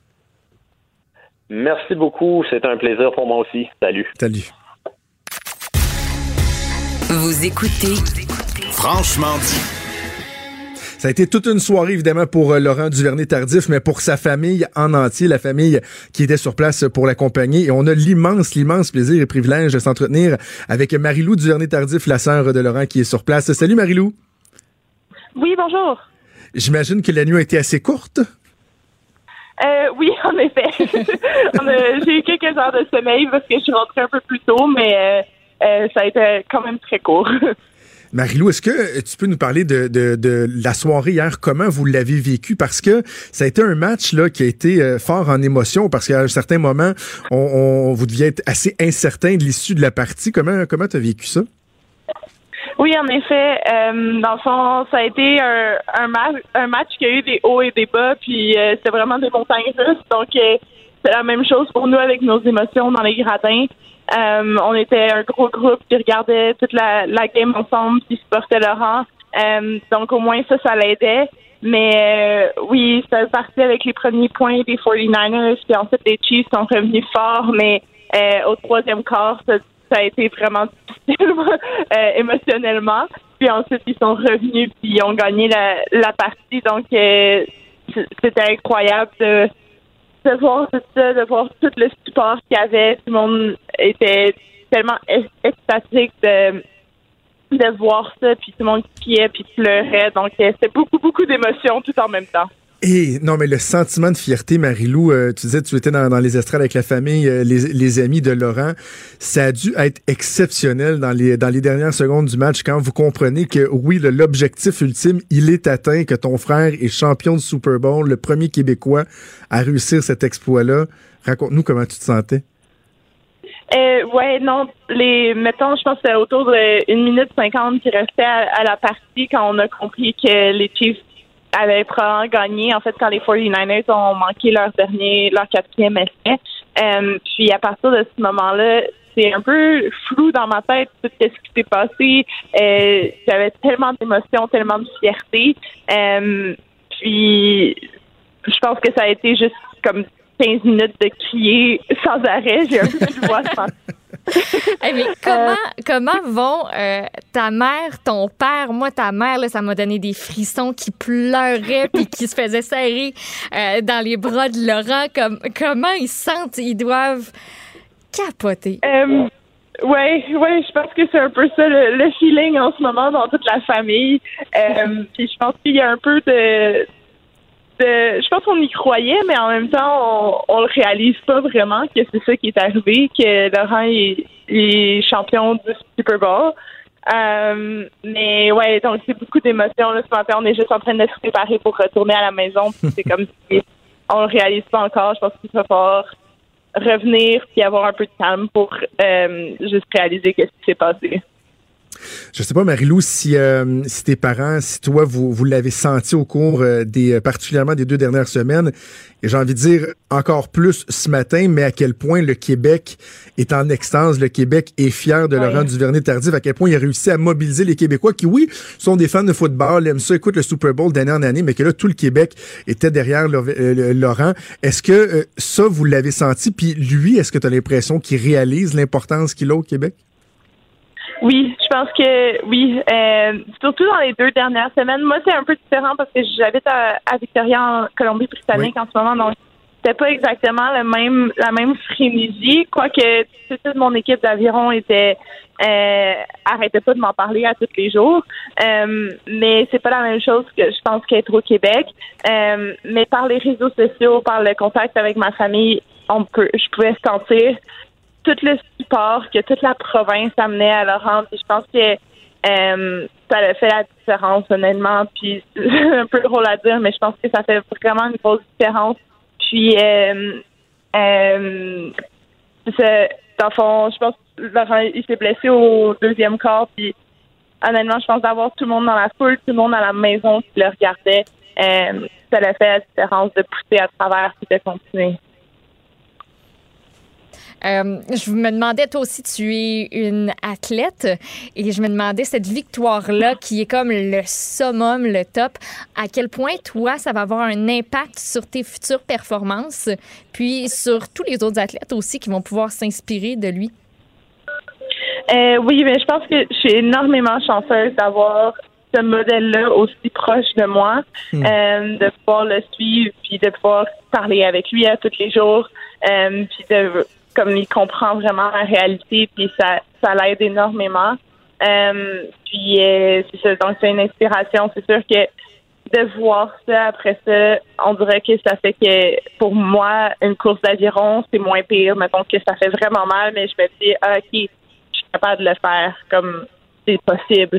S6: Merci beaucoup, c'est un plaisir pour moi aussi. Salut.
S4: Salut.
S1: Vous écoutez
S3: Franchement dit.
S4: Ça a été toute une soirée, évidemment, pour Laurent Duvernay-Tardif, mais pour sa famille en entier, la famille qui était sur place pour l'accompagner. Et on a l'immense plaisir et privilège de s'entretenir avec Marie-Lou Duvernay-Tardif, la sœur de Laurent, qui est sur place. Salut, Marie-Lou.
S7: Oui, bonjour.
S4: J'imagine que la nuit a été assez courte?
S7: Oui, en effet. J'ai eu quelques heures de sommeil parce que je suis rentrée un peu plus tôt, mais ça a été quand même très court.
S4: Marie-Lou, est-ce que tu peux nous parler de la soirée hier? Comment vous l'avez vécu? Parce que ça a été un match là qui a été fort en émotion, parce qu'à un certain moment, vous deviez être assez incertain de l'issue de la partie. Comment tu as vécu ça?
S7: Oui, en effet. Dans le fond, ça a été un match qui a eu des hauts et des bas, puis c'était vraiment des montagnes russes. Donc, c'est la même chose pour nous avec nos émotions dans les gradins. On était un gros groupe qui regardait toute la game ensemble, qui supportait Laurent. Donc, au moins, ça l'aidait. Mais oui, ça parti avec les premiers points des 49ers, puis ensuite les Chiefs sont revenus forts, mais au troisième quart, ça a été vraiment difficile émotionnellement. Puis ensuite, ils sont revenus puis ils ont gagné la partie. Donc, c'était incroyable de voir tout ça, de voir tout le support qu'il y avait. Tout le monde était tellement extatique de voir ça. Puis tout le monde criait puis pleurait. Donc, c'était beaucoup, beaucoup d'émotions tout en même temps.
S4: Et non, mais le sentiment de fierté, Marie-Lou, tu disais que tu étais dans les estrades avec la famille, les amis de Laurent. Ça a dû être exceptionnel dans les dernières secondes du match quand vous comprenez que oui, l'objectif ultime, il est atteint, que ton frère est champion de Super Bowl, le premier Québécois à réussir cet exploit-là. Raconte-nous comment tu te sentais.
S7: Ouais, non, mettons, je pense que c'était autour de 1 minute 50 qui restait à la partie quand on a compris que les Chiefs avaient probablement gagné, en fait, quand les 49ers ont manqué leur 4e essai. Puis à partir de ce moment-là, c'est un peu flou dans ma tête tout ce qui s'est passé. J'avais tellement d'émotions, tellement de fierté. Puis je pense que ça a été juste comme 15 minutes de crier sans arrêt. J'ai un peu de voix sans.
S5: Hey, mais comment vont ta mère, ton père? Moi, ta mère, là, ça m'a donné des frissons, qui pleuraient puis qui se faisaient serrer dans les bras de Laurent. Comment ils se sentent? Ils doivent capoter.
S7: Ouais, je pense que c'est un peu ça le feeling en ce moment dans toute la famille. Puis je pense qu'il y a un peu je pense qu'on y croyait, mais en même temps, on le réalise pas vraiment que c'est ça qui est arrivé, que Laurent est champion du Super Bowl. Mais ouais, donc c'est beaucoup d'émotions. Là, ce matin, on est juste en train de se préparer pour retourner à la maison. Puis c'est comme si on le réalise pas encore. Je pense qu'il va falloir revenir puis avoir un peu de calme pour juste réaliser qu'est-ce qui s'est passé.
S4: Je sais pas, Marie-Lou, si tes parents, si toi, vous l'avez senti au cours particulièrement des 2 dernières semaines, et j'ai envie de dire encore plus ce matin, mais à quel point le Québec est en extase, le Québec est fier de Laurent Duvernay-Tardif, à quel point il a réussi à mobiliser les Québécois qui, oui, sont des fans de football, aiment ça, écoutent le Super Bowl d'année en année, mais que là, tout le Québec était derrière Laurent. Est-ce que ça, vous l'avez senti? Puis lui, est-ce que tu as l'impression qu'il réalise l'importance qu'il a au Québec?
S7: Oui, je pense que oui. Surtout dans les 2 dernières semaines. Moi, c'est un peu différent parce que j'habite à Victoria, en Colombie-Britannique en ce moment, donc c'était pas exactement la même frénésie, quoique toute mon équipe d'aviron arrêtait pas de m'en parler à tous les jours. Mais c'est pas la même chose que je pense qu'être au Québec. Mais par les réseaux sociaux, par le contact avec ma famille, je pouvais sentir tout le support que toute la province amenait à Laurent. Puis je pense que ça a fait la différence, honnêtement. Puis c'est un peu drôle à dire, mais je pense que ça fait vraiment une grosse différence. Puis dans le fond, je pense que Laurent, il s'est blessé au 2e quart. Puis honnêtement, je pense d'avoir tout le monde dans la foule, tout le monde à la maison qui le regardait, ça a fait la différence de pousser à travers et de continuer.
S5: Je me demandais, toi aussi, tu es une athlète, et je me demandais, cette victoire-là, qui est comme le summum, le top, à quel point, toi, ça va avoir un impact sur tes futures performances, puis sur tous les autres athlètes aussi qui vont pouvoir s'inspirer de lui?
S7: Oui, mais je pense que je suis énormément chanceuse d'avoir ce modèle-là aussi proche de moi, de pouvoir le suivre, puis de pouvoir parler avec lui à tous les jours, puis comme il comprend vraiment la réalité, puis ça l'aide énormément. Puis c'est ça, donc c'est une inspiration. C'est sûr que de voir ça après ça, on dirait que ça fait que pour moi, une course d'aviron, c'est moins pire. Mettons que ça fait vraiment mal, mais je me dis, OK, je suis capable de le faire, comme c'est possible.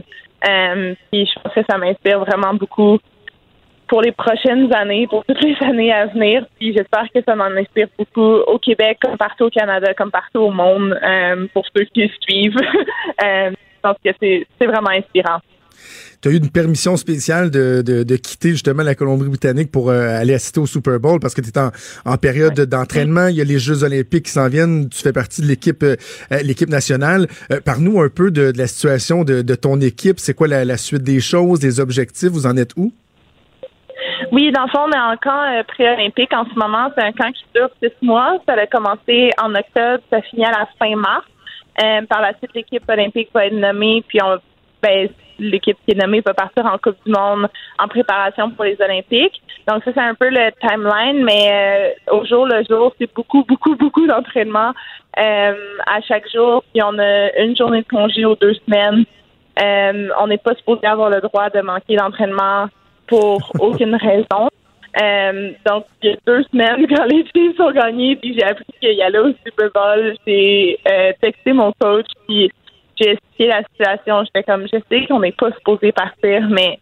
S7: Puis je pense que ça m'inspire vraiment beaucoup pour les prochaines années, pour toutes les années à venir. Puis j'espère que ça m'en inspire beaucoup au Québec, comme partout au Canada, comme partout au monde, pour ceux qui suivent. Je pense que c'est vraiment inspirant.
S4: Tu as eu une permission spéciale de quitter justement la Colombie-Britannique pour aller assister au Super Bowl parce que tu es en période d'entraînement. Il y a les Jeux olympiques qui s'en viennent. Tu fais partie de l'équipe nationale. Parle-nous un peu de la situation de ton équipe. C'est quoi la suite des choses, des objectifs? Vous en êtes où?
S7: Oui, dans le fond, on est en camp pré-olympique en ce moment. C'est un camp qui dure 6 mois. Ça a commencé en octobre, ça finit à la fin mars. Par la suite, l'équipe olympique va être nommée, puis l'équipe qui est nommée peut partir en Coupe du Monde en préparation pour les Olympiques. Donc ça, c'est un peu le timeline, mais au jour le jour, c'est beaucoup d'entraînement à chaque jour. Puis on a une journée de congé aux 2 semaines. On n'est pas supposé avoir le droit de manquer d'entraînement pour aucune raison. Donc, il y a 2 semaines, quand les filles sont gagnées, puis j'ai appris qu'il y allait au Super Bowl, j'ai texté mon coach, puis j'ai expliqué la situation. J'étais comme, je sais qu'on n'est pas supposé partir, mais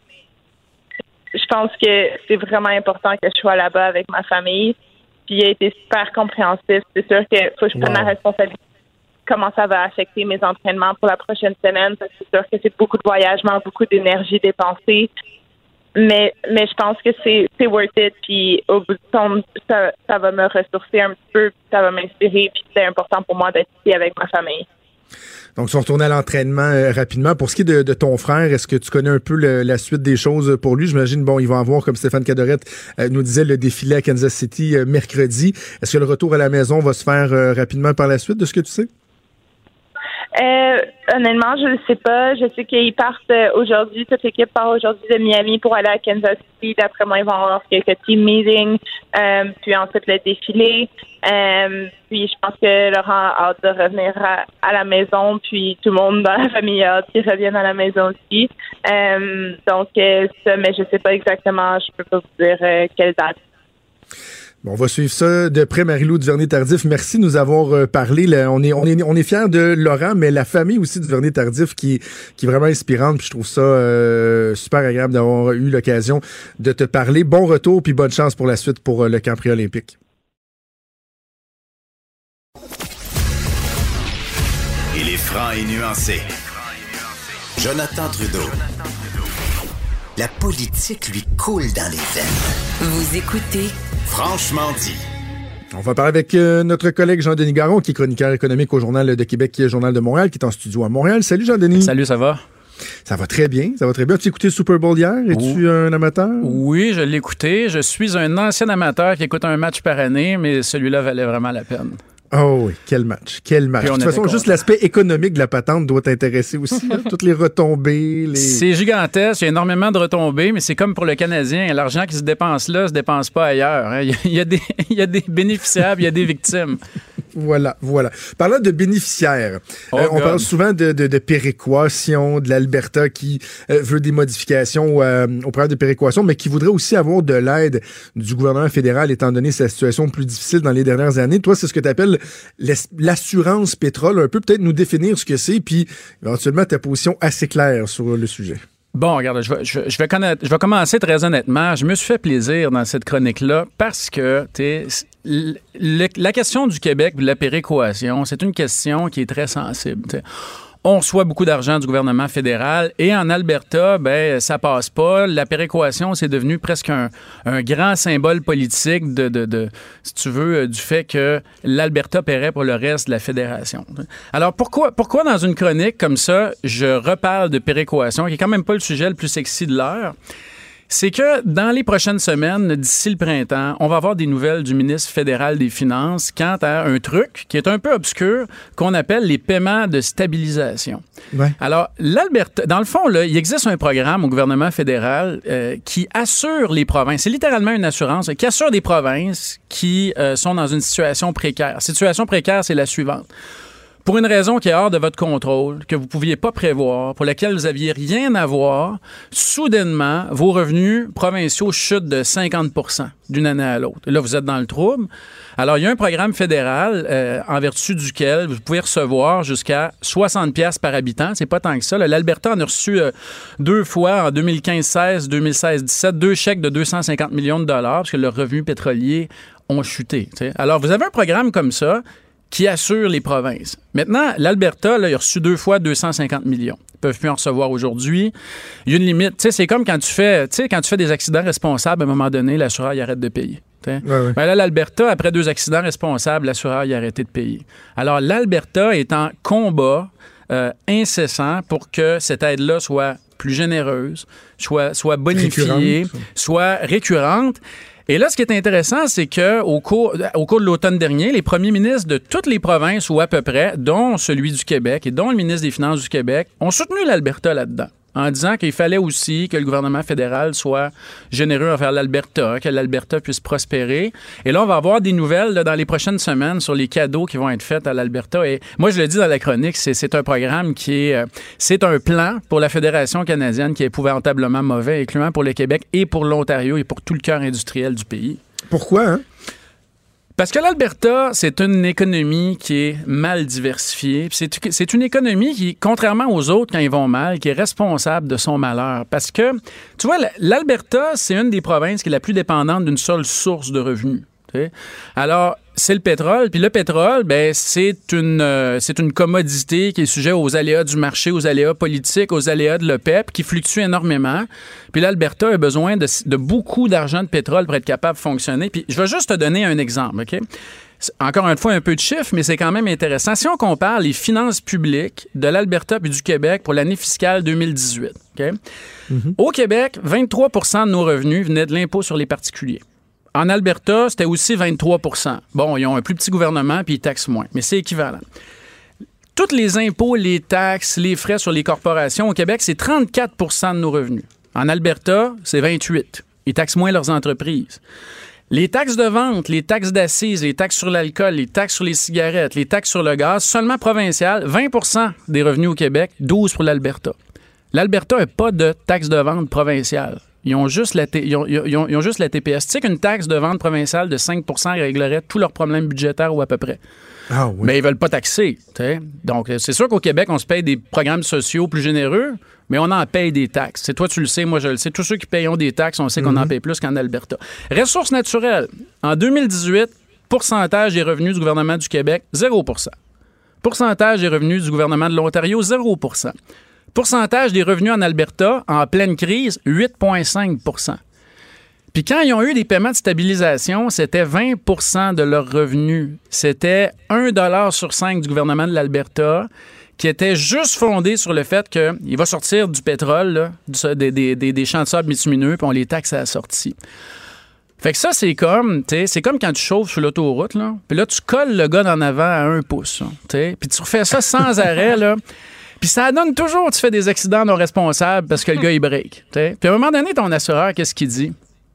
S7: je pense que c'est vraiment important que je sois là-bas avec ma famille. Puis il a été super compréhensif. C'est sûr qu'il faut que je prenne la responsabilité de comment ça va affecter mes entraînements pour la prochaine semaine. Parce que c'est sûr que c'est beaucoup de voyagement, beaucoup d'énergie dépensée. Mais je pense que c'est worth it. Puis au bout du temps, ça va me ressourcer un petit peu, puis ça va m'inspirer. Puis c'est important pour moi d'être ici avec ma famille.
S4: Donc, si on retourne à l'entraînement rapidement, pour ce qui est de ton frère, est-ce que tu connais un peu la suite des choses pour lui? J'imagine, il va avoir, comme Stéphane Cadorette nous disait, le défilé à Kansas City mercredi. Est-ce que le retour à la maison va se faire rapidement par la suite, de ce que tu sais?
S7: Honnêtement, je ne sais pas. Je sais qu'ils partent aujourd'hui. Toute l'équipe part aujourd'hui de Miami pour aller à Kansas City. D'après moi, ils vont avoir quelques team meetings. Puis ensuite, le défilé. Puis je pense que Laurent a hâte de revenir à la maison. Puis tout le monde dans la famille a hâte qu'ils reviennent à la maison aussi. Donc, ça, mais je ne sais pas exactement. Je peux pas vous dire quelle date.
S4: Bon, on va suivre ça de près, Marie-Lou Duvernay-Tardif. Merci de nous avoir parlé. Là, on est fiers de Laurent, mais la famille aussi du Duvernay-Tardif qui est vraiment inspirante. Puis je trouve ça super agréable d'avoir eu l'occasion de te parler. Bon retour, puis bonne chance pour la suite pour le camp pré-olympique.
S3: Il est franc et nuancé. Jonathan Trudeau. La politique lui coule dans les veines.
S1: Vous écoutez
S3: Franchement dit.
S4: On va parler avec notre collègue Jean-Denis Garon, qui est chroniqueur économique au Journal de Québec et Journal de Montréal, qui est en studio à Montréal. Salut Jean-Denis.
S8: Salut, ça va?
S4: Ça va très bien, ça va très bien. As-tu écouté le Super Bowl hier? Es-tu un amateur?
S8: Oui, je l'ai écouté. Je suis un ancien amateur qui écoute un match par année, mais celui-là valait vraiment la peine.
S4: Oh oui, quel match, quel match. De toute façon, juste l'aspect économique de la patente doit t'intéresser aussi. Toutes les retombées.
S8: C'est gigantesque, il y a énormément de retombées, mais c'est comme pour le Canadien. L'argent qui se dépense là se dépense pas ailleurs. Hein. Il y a des bénéficiaires, il y a des victimes.
S4: Voilà. Parlant de bénéficiaires, on parle souvent de péréquation, de l'Alberta qui veut des modifications au programme de péréquation, mais qui voudrait aussi avoir de l'aide du gouvernement fédéral, étant donné sa situation plus difficile dans les dernières années. Toi, c'est ce que tu appelles l'assurance pétrole. Un peu peut-être nous définir ce que c'est, puis éventuellement ta position assez claire sur le sujet.
S8: Bon, regarde, je vais commencer très honnêtement. Je me suis fait plaisir dans cette chronique-là parce que la question du Québec de la péréquation, c'est une question qui est très sensible. T'sais. On reçoit beaucoup d'argent du gouvernement fédéral et en Alberta, ça passe pas. La péréquation, c'est devenu presque un grand symbole politique de si tu veux, du fait que l'Alberta paierait pour le reste de la fédération. Alors, pourquoi dans une chronique comme ça, je reparle de péréquation, qui est quand même pas le sujet le plus sexy de l'heure? C'est que dans les prochaines semaines, d'ici le printemps, on va avoir des nouvelles du ministre fédéral des Finances quant à un truc qui est un peu obscur qu'on appelle les paiements de stabilisation. Ouais. Alors, l'Alberta, dans le fond, là, il existe un programme au gouvernement fédéral qui assure les provinces, c'est littéralement une assurance, qui assure des provinces qui sont dans une situation précaire. Situation précaire, c'est la suivante. pour une raison qui est hors de votre contrôle, que vous ne pouviez pas prévoir, pour laquelle vous n'aviez rien à voir, soudainement, vos revenus provinciaux chutent de 50 % d'une année à l'autre. Là, vous êtes dans le trouble. Alors, il y a un programme fédéral en vertu duquel vous pouvez recevoir jusqu'à 60 pièces par habitant. C'est pas tant que ça. Là, l'Alberta en a reçu 2 fois en 2015-16, 2016-17, 2 chèques de 250 millions de dollars parce que leurs revenus pétroliers ont chuté. T'sais. Alors, vous avez un programme comme ça qui assure les provinces. Maintenant, l'Alberta, là, il a reçu 2 fois 250 millions. Ils peuvent plus en recevoir aujourd'hui. Il y a une limite. Tu sais, c'est comme quand tu fais des accidents responsables, à un moment donné, l'assureur, il arrête de payer. Ouais. Ben là, l'Alberta, après 2 accidents responsables, l'assureur, il a arrêté de payer. Alors, l'Alberta est en combat incessant pour que cette aide-là soit plus généreuse, soit bonifiée, soit récurrente. Et là, ce qui est intéressant, c'est qu'au cours de l'automne dernier, les premiers ministres de toutes les provinces, ou à peu près, dont celui du Québec et dont le ministre des Finances du Québec, ont soutenu l'Alberta là-dedans, en disant qu'il fallait aussi que le gouvernement fédéral soit généreux envers l'Alberta, que l'Alberta puisse prospérer. Et là, on va avoir des nouvelles là, dans les prochaines semaines sur les cadeaux qui vont être faits à l'Alberta. Et moi, je le dis dans la chronique, c'est un programme qui est... c'est un plan pour la Fédération canadienne qui est épouvantablement mauvais, incluant pour le Québec et pour l'Ontario et pour tout le cœur industriel du pays.
S4: Pourquoi, hein?
S8: Parce que l'Alberta, c'est une économie qui est mal diversifiée. C'est une économie qui, contrairement aux autres quand ils vont mal, qui est responsable de son malheur. Parce que, tu vois, l'Alberta, c'est une des provinces qui est la plus dépendante d'une seule source de revenus. T'sais. Alors, c'est le pétrole. Puis le pétrole, ben, c'est une commodité qui est sujet aux aléas du marché, aux aléas politiques, aux aléas de l'OPEP, qui fluctuent énormément. Puis l'Alberta a besoin de beaucoup d'argent de pétrole pour être capable de fonctionner. Puis je vais juste te donner un exemple, OK? Encore une fois, un peu de chiffres, mais c'est quand même intéressant. Si on compare les finances publiques de l'Alberta et du Québec pour l'année fiscale 2018, OK? Au Québec, 23 % de nos revenus venaient de l'impôt sur les particuliers. En Alberta, c'était aussi 23 %. Bon, ils ont un plus petit gouvernement puis ils taxent moins, mais c'est équivalent. Tous les impôts, les taxes, les frais sur les corporations au Québec, c'est 34 % de nos revenus. En Alberta, c'est 28 %. Ils taxent moins leurs entreprises. Les taxes de vente, les taxes d'assises, les taxes sur l'alcool, les taxes sur les cigarettes, les taxes sur le gaz, seulement provinciales, 20 % des revenus au Québec, 12 % pour l'Alberta. L'Alberta n'a pas de taxe de vente provinciale. Ils ont juste la TPS. Tu sais qu'une taxe de vente provinciale de 5 % réglerait tous leurs problèmes budgétaires ou à peu près.
S4: Ah oui.
S8: Mais ils veulent pas taxer. T'sais. Donc, c'est sûr qu'au Québec, on se paye des programmes sociaux plus généreux, mais on en paye des taxes. C'est toi, tu le sais, moi, je le sais. Tous ceux qui payent des taxes, on sait qu'on en paye plus qu'en Alberta. Ressources naturelles. En 2018, pourcentage des revenus du gouvernement du Québec, 0 %. Pourcentage des revenus du gouvernement de l'Ontario, 0 %. Pourcentage des revenus en Alberta, en pleine crise, 8,5 %. Puis quand ils ont eu des paiements de stabilisation, c'était 20 % de leurs revenus. C'était 1 $ sur 5 du gouvernement de l'Alberta qui était juste fondé sur le fait qu'il va sortir du pétrole, là, des champs de sable bitumineux, puis on les taxe à la sortie. Fait que ça, c'est comme quand tu chauffes sur l'autoroute, là, puis là, tu colles le gars d'en avant à 1 pouce, puis tu refais ça sans arrêt, là. Puis ça donne toujours, tu fais des accidents non responsables parce que le gars, il break. T'sais. Puis à un moment donné, ton assureur, qu'est-ce qu'il dit?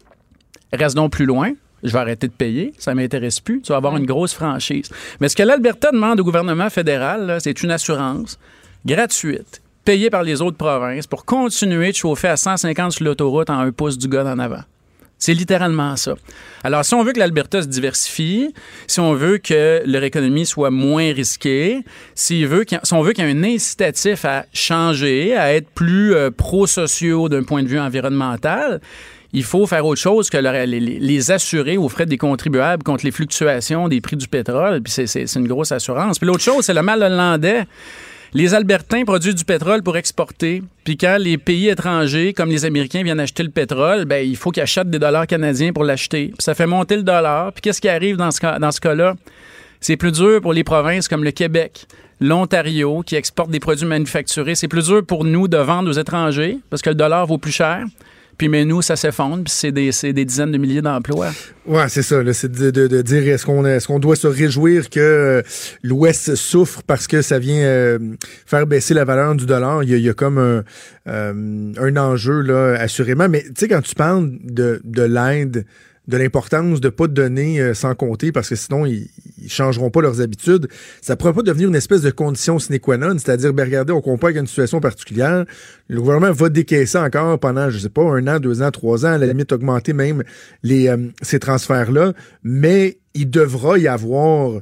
S8: Reste donc plus loin, je vais arrêter de payer, ça ne m'intéresse plus, tu vas avoir une grosse franchise. Mais ce que l'Alberta demande au gouvernement fédéral, là, c'est une assurance gratuite, payée par les autres provinces pour continuer de chauffer à 150 sur l'autoroute en 1 pouce du gars en avant. C'est littéralement ça. Alors, si on veut que l'Alberta se diversifie, si on veut que leur économie soit moins risquée, si on veut qu'il y ait un incitatif à changer, à être plus pro-sociaux d'un point de vue environnemental, il faut faire autre chose que les assurer aux frais des contribuables contre les fluctuations des prix du pétrole. Puis c'est une grosse assurance. Puis l'autre chose, c'est le mal hollandais. Les Albertains produisent du pétrole pour exporter. Puis quand les pays étrangers, comme les Américains, viennent acheter le pétrole, ben il faut qu'ils achètent des dollars canadiens pour l'acheter. Puis ça fait monter le dollar. Puis qu'est-ce qui arrive dans ce cas-là? C'est plus dur pour les provinces comme le Québec, l'Ontario, qui exportent des produits manufacturés. C'est plus dur pour nous de vendre aux étrangers parce que le dollar vaut plus cher. Puis, mais nous, ça s'effondre, puis c'est des dizaines de milliers d'emplois.
S4: Oui, c'est ça. Là, c'est de dire, est-ce qu'on doit se réjouir que l'Ouest souffre parce que ça vient faire baisser la valeur du dollar? Il y a comme un enjeu, là, assurément. Mais tu sais, quand tu parles de l'aide, de l'importance de ne pas donner sans compter, parce que sinon, ils changeront pas leurs habitudes, ça pourrait pas devenir une espèce de condition sine qua non, c'est-à-dire, regardez, on compare avec une situation particulière, le gouvernement va décaisser encore pendant, je sais pas, 1 an, 2 ans, 3 ans, à la limite augmenter même ces transferts-là, mais il devra y avoir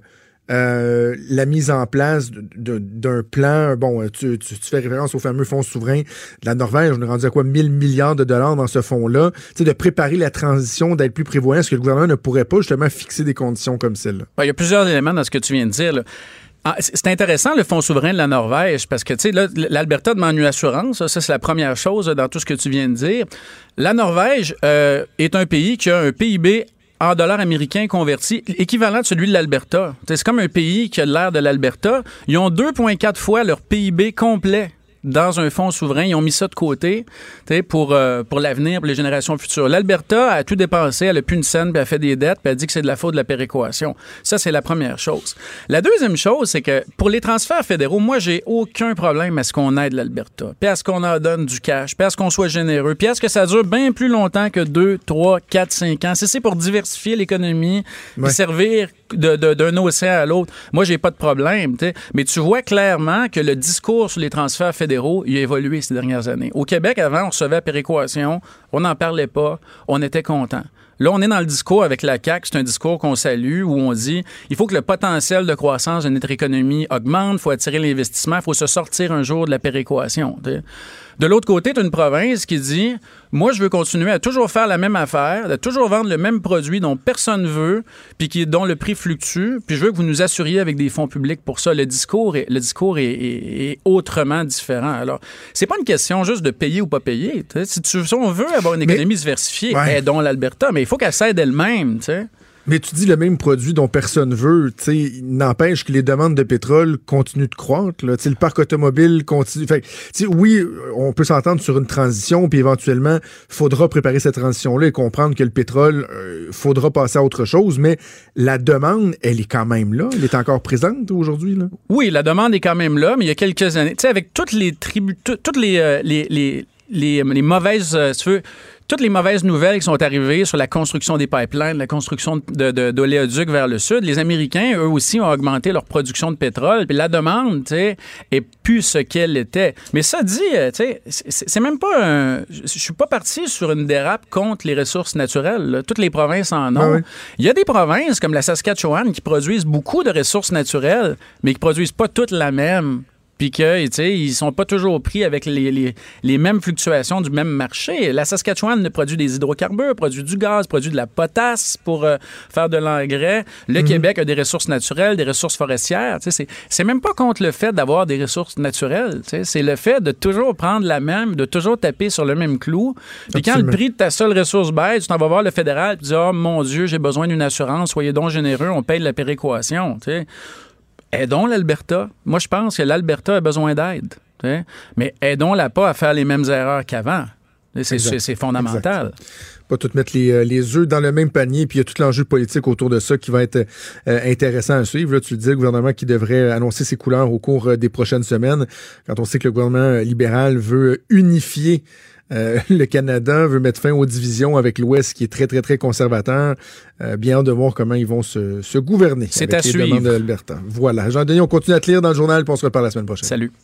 S4: la mise en place d'un plan. Bon, tu fais référence au fameux fonds souverain de la Norvège. On est rendu à quoi? 1 000 milliards de dollars dans ce fonds-là. Tu sais, de préparer la transition, d'être plus prévoyant. Est-ce que le gouvernement ne pourrait pas justement fixer des conditions comme celle-là?
S8: Il y a plusieurs éléments dans ce que tu viens de dire, là. C'est intéressant, le fonds souverain de la Norvège, parce que, tu sais, là, l'Alberta demande une assurance. Ça, c'est la première chose dans tout ce que tu viens de dire. La Norvège est un pays qui a un PIB en dollars américains convertis, équivalent de celui de l'Alberta. C'est comme un pays qui a l'air de l'Alberta. Ils ont 2,4 fois leur PIB complet dans un fonds souverain. Ils ont mis ça de côté pour l'avenir, pour les générations futures. L'Alberta a tout dépensé, elle a plus une scène, puis elle fait des dettes, puis elle dit que c'est de la faute de la péréquation. Ça, c'est la première chose. La deuxième chose, c'est que pour les transferts fédéraux, moi, j'ai aucun problème à ce qu'on aide l'Alberta, puis à ce qu'on en donne du cash, puis à ce qu'on soit généreux, puis à ce que ça dure bien plus longtemps que 2, 3, 4, 5 ans. Si c'est pour diversifier l'économie, puis servir d'un océan à l'autre, moi, j'ai pas de problème. T'sais. Mais tu vois clairement que le discours sur les transferts fédéraux, il a évolué ces dernières années. Au Québec, avant, on recevait la péréquation, on n'en parlait pas, on était content. Là, on est dans le discours avec la CAQ, c'est un discours qu'on salue, où on dit il faut que le potentiel de croissance de notre économie augmente, il faut attirer l'investissement, il faut se sortir un jour de la péréquation. T'sais. De l'autre côté, tu as une province qui dit moi, je veux continuer à toujours faire la même affaire, de toujours vendre le même produit dont personne veut, puis dont le prix fluctue, puis je veux que vous nous assuriez avec des fonds publics pour ça. Le discours est autrement différent. Alors, c'est pas une question juste de payer ou pas payer. Si on veut avoir une économie diversifiée, aidons l'Alberta, mais il faut qu'elle s'aide elle-même, tu sais.
S4: Mais tu dis le même produit dont personne veut, tu sais, n'empêche que les demandes de pétrole continuent de croître, là. Tu sais, le parc automobile continue. Fait tu sais, oui, on peut s'entendre sur une transition, puis éventuellement, faudra préparer cette transition-là et comprendre que le pétrole, faudra passer à autre chose, mais la demande, elle est quand même là. Elle est encore présente aujourd'hui, là.
S8: Oui, la demande est quand même là, mais il y a quelques années, tu sais, avec toutes les mauvaises, si tu veux, toutes les mauvaises nouvelles qui sont arrivées sur la construction des pipelines, la construction d'oléoducs vers le sud, les Américains, eux aussi, ont augmenté leur production de pétrole. Puis la demande, tu sais, est plus ce qu'elle était. Mais ça dit, tu sais, c'est même pas je suis pas parti sur une dérape contre les ressources naturelles, là. Toutes les provinces en ont. Ah oui. Il y a des provinces comme la Saskatchewan qui produisent beaucoup de ressources naturelles, mais qui produisent pas toutes la même. Puis que, tu sais, ils sont pas toujours pris avec les mêmes fluctuations du même marché. La Saskatchewan produit des hydrocarbures, produit du gaz, produit de la potasse pour faire de l'engrais. Le Québec a des ressources naturelles, des ressources forestières. Tu sais, c'est même pas contre le fait d'avoir des ressources naturelles. Tu sais, c'est le fait de toujours prendre la même, de toujours taper sur le même clou. Puis quand le prix de ta seule ressource baisse, tu t'en vas voir le fédéral et tu dis « Oh mon Dieu, j'ai besoin d'une assurance, soyez donc généreux, on paye de la péréquation. » Tu sais. Aidons l'Alberta. Moi, je pense que l'Alberta a besoin d'aide. T'sais? Mais aidons-la pas à faire les mêmes erreurs qu'avant. C'est fondamental.
S4: Exact. Pas tout mettre les œufs dans le même panier, puis il y a tout l'enjeu politique autour de ça qui va être intéressant à suivre. Là, tu le dis, le gouvernement qui devrait annoncer ses couleurs au cours des prochaines semaines, quand on sait que le gouvernement libéral veut unifier le Canada, veut mettre fin aux divisions avec l'Ouest qui est très, très, très conservateur. Bien hâte de voir comment ils vont se gouverner.
S8: C'est
S4: avec
S8: à
S4: les
S8: suivre.
S4: demandes de l'Alberta. Voilà. Jean-Denis, on continue à te lire dans le journal, puis on se reparle la semaine prochaine.
S8: Salut.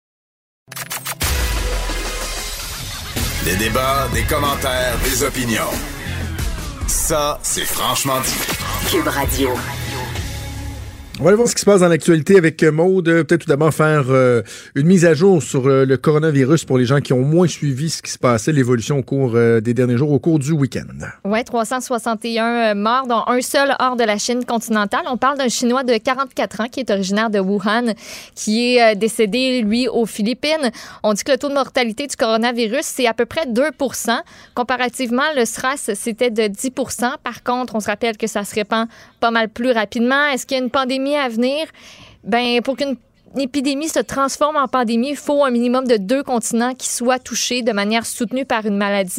S3: Des débats, des commentaires, des opinions. Ça, c'est franchement dit.
S1: Cube Radio.
S4: On va aller voir ce qui se passe dans l'actualité avec Maude. Peut-être tout d'abord faire une mise à jour sur le coronavirus pour les gens qui ont moins suivi ce qui se passait, l'évolution au cours des derniers jours, au cours du week-end.
S5: Oui, 361 morts, dont un seul hors de la Chine continentale. On parle d'un Chinois de 44 ans qui est originaire de Wuhan, qui est décédé, lui, aux Philippines. On dit que le taux de mortalité du coronavirus, c'est à peu près 2 %. Comparativement, le SRAS, c'était de 10 %. Par contre, on se rappelle que ça se répand pas mal plus rapidement. Est-ce qu'il y a une pandémie à venir? Ben, pour qu'une épidémie se transforme en pandémie, il faut un minimum de 2 continents qui soient touchés de manière soutenue par une maladie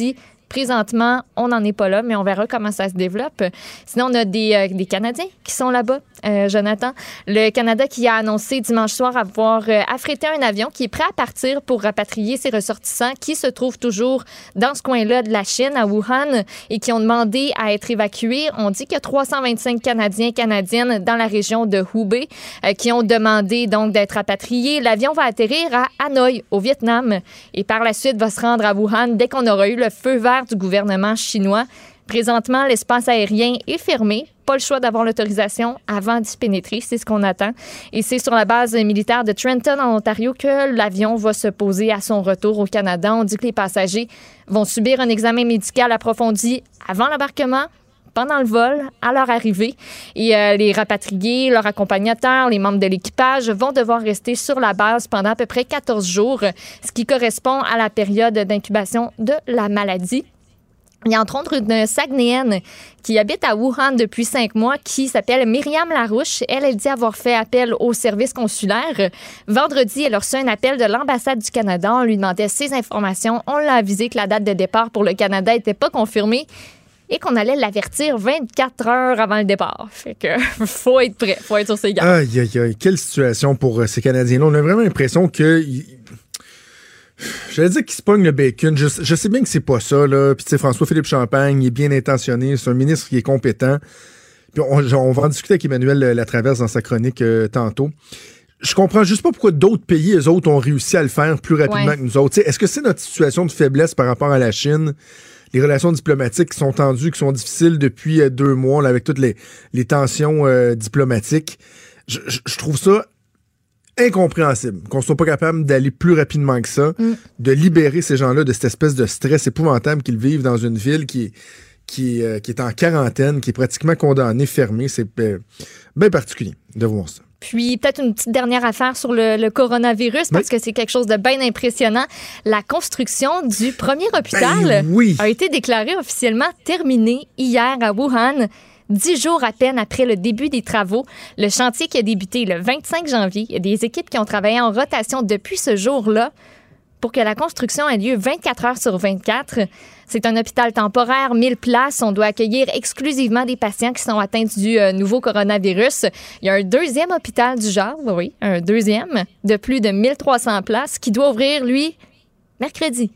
S5: Présentement, on n'en est pas là, mais on verra comment ça se développe. Sinon, on a des Canadiens qui sont là-bas. Jonathan, le Canada qui a annoncé dimanche soir avoir affrété un avion qui est prêt à partir pour rapatrier ses ressortissants qui se trouvent toujours dans ce coin-là de la Chine, à Wuhan, et qui ont demandé à être évacués. On dit qu'il y a 325 Canadiens et Canadiennes dans la région de Hubei qui ont demandé donc d'être rapatriés. L'avion va atterrir à Hanoï, au Vietnam, et par la suite va se rendre à Wuhan dès qu'on aura eu le feu vert du gouvernement chinois. Présentement, l'espace aérien est fermé. Pas le choix d'avoir l'autorisation avant d'y pénétrer, c'est ce qu'on attend. Et c'est sur la base militaire de Trenton, en Ontario, que l'avion va se poser à son retour au Canada. On dit que les passagers vont subir un examen médical approfondi avant l'embarquement, pendant le vol, à leur arrivée. Et les rapatriés, leurs accompagnateurs, les membres de l'équipage vont devoir rester sur la base pendant à peu près 14 jours, ce qui correspond à la période d'incubation de la maladie. Il y a entre autres une Saguenayenne qui habite à Wuhan depuis 5 mois qui s'appelle Myriam Larouche. Elle dit avoir fait appel au service consulaire. Vendredi, elle a reçu un appel de l'ambassade du Canada. On lui demandait ses informations. On l'a avisé que la date de départ pour le Canada n'était pas confirmée et qu'on allait l'avertir 24 heures avant le départ. Fait que faut être prêt, faut être sur ses gardes.
S4: Aïe, aïe, aïe, quelle situation pour ces Canadiens-là. On a vraiment l'impression que... J'allais dire qu'il se pogne le bacon. Je sais bien que c'est pas ça, là. Puis, tu sais, François-Philippe Champagne, il est bien intentionné. C'est un ministre qui est compétent. Puis, on va en discuter avec Emmanuel Latraverse dans sa chronique tantôt. Je comprends juste pas pourquoi d'autres pays, eux autres, ont réussi à le faire plus rapidement que nous autres. T'sais, est-ce que c'est notre situation de faiblesse par rapport à la Chine? Les relations diplomatiques qui sont tendues, qui sont difficiles depuis 2 mois, là, avec toutes les tensions diplomatiques. Je trouve ça incompréhensible qu'on soit pas capable d'aller plus rapidement que ça, de libérer ces gens-là de cette espèce de stress épouvantable qu'ils vivent dans une ville qui est en quarantaine, qui est pratiquement condamnée, fermée. C'est bien particulier de voir ça.
S5: Puis, peut-être une petite dernière affaire sur le coronavirus, parce que c'est quelque chose de bien impressionnant. La construction du premier hôpital a été déclarée officiellement terminée hier à Wuhan. 10 jours à peine après le début des travaux. Le chantier qui a débuté le 25 janvier. Il y a des équipes qui ont travaillé en rotation depuis ce jour-là pour que la construction ait lieu 24 heures sur 24. C'est un hôpital temporaire, 1000 places. On doit accueillir exclusivement des patients qui sont atteints du nouveau coronavirus. Il y a un deuxième hôpital du genre, un deuxième, de plus de 1300 places qui doit ouvrir, lui, mercredi.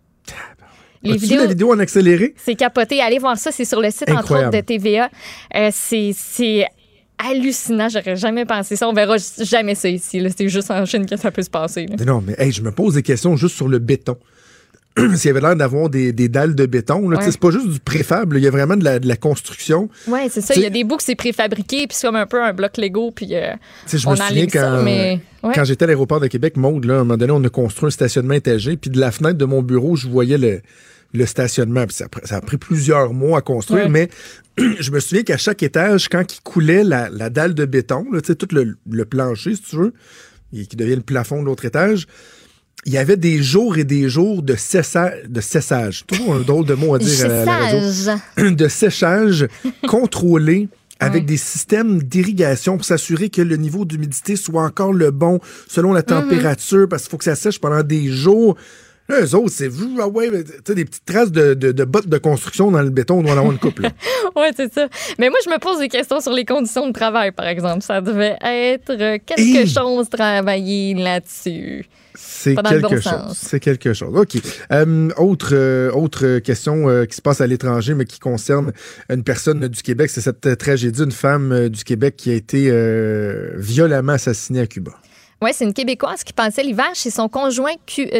S4: La vidéo en accéléré?
S5: C'est capoté. Allez voir ça, c'est sur le site, entre autres, de TVA. C'est hallucinant. J'aurais jamais pensé ça. On verra jamais ça ici. Là. C'est juste en Chine que ça peut se passer. Là.
S4: Non, mais je me pose des questions juste sur le béton. S'il y avait l'air d'avoir des dalles de béton, là, c'est pas juste du préfab, il y a vraiment de la construction.
S5: Oui, c'est ça. Il y a des bouts que c'est préfabriqué, puis c'est comme un peu un bloc Lego, puis
S4: je me souviens quand j'étais à l'aéroport de Québec, Maude, là, à un moment donné, on a construit un stationnement étagé, puis de la fenêtre de mon bureau, je voyais le stationnement. Puis ça a pris plusieurs mois à construire, mais je me souviens qu'à chaque étage, quand il coulait la dalle de béton, là, tout le plancher, si tu veux, et qui devient le plafond de l'autre étage, il y avait des jours et des jours de séchage. Toujours un drôle de mot à dire à la radio. De séchage contrôlé avec des systèmes d'irrigation pour s'assurer que le niveau d'humidité soit encore le bon selon la température, parce qu'il faut que ça sèche pendant des jours. Là, eux autres, c'est des petites traces de bottes de construction dans le béton, on doit en avoir une couple.
S5: Oui, c'est ça. Mais moi, je me pose des questions sur les conditions de travail, par exemple. Ça devait être quelque chose travailler là-dessus.
S4: C'est quelque chose. C'est quelque chose. OK. Autre question qui se passe à l'étranger, mais qui concerne une personne du Québec, c'est cette tragédie d'une femme du Québec qui a été violemment assassinée à Cuba.
S5: Oui, c'est une Québécoise qui passait l'hiver chez son conjoint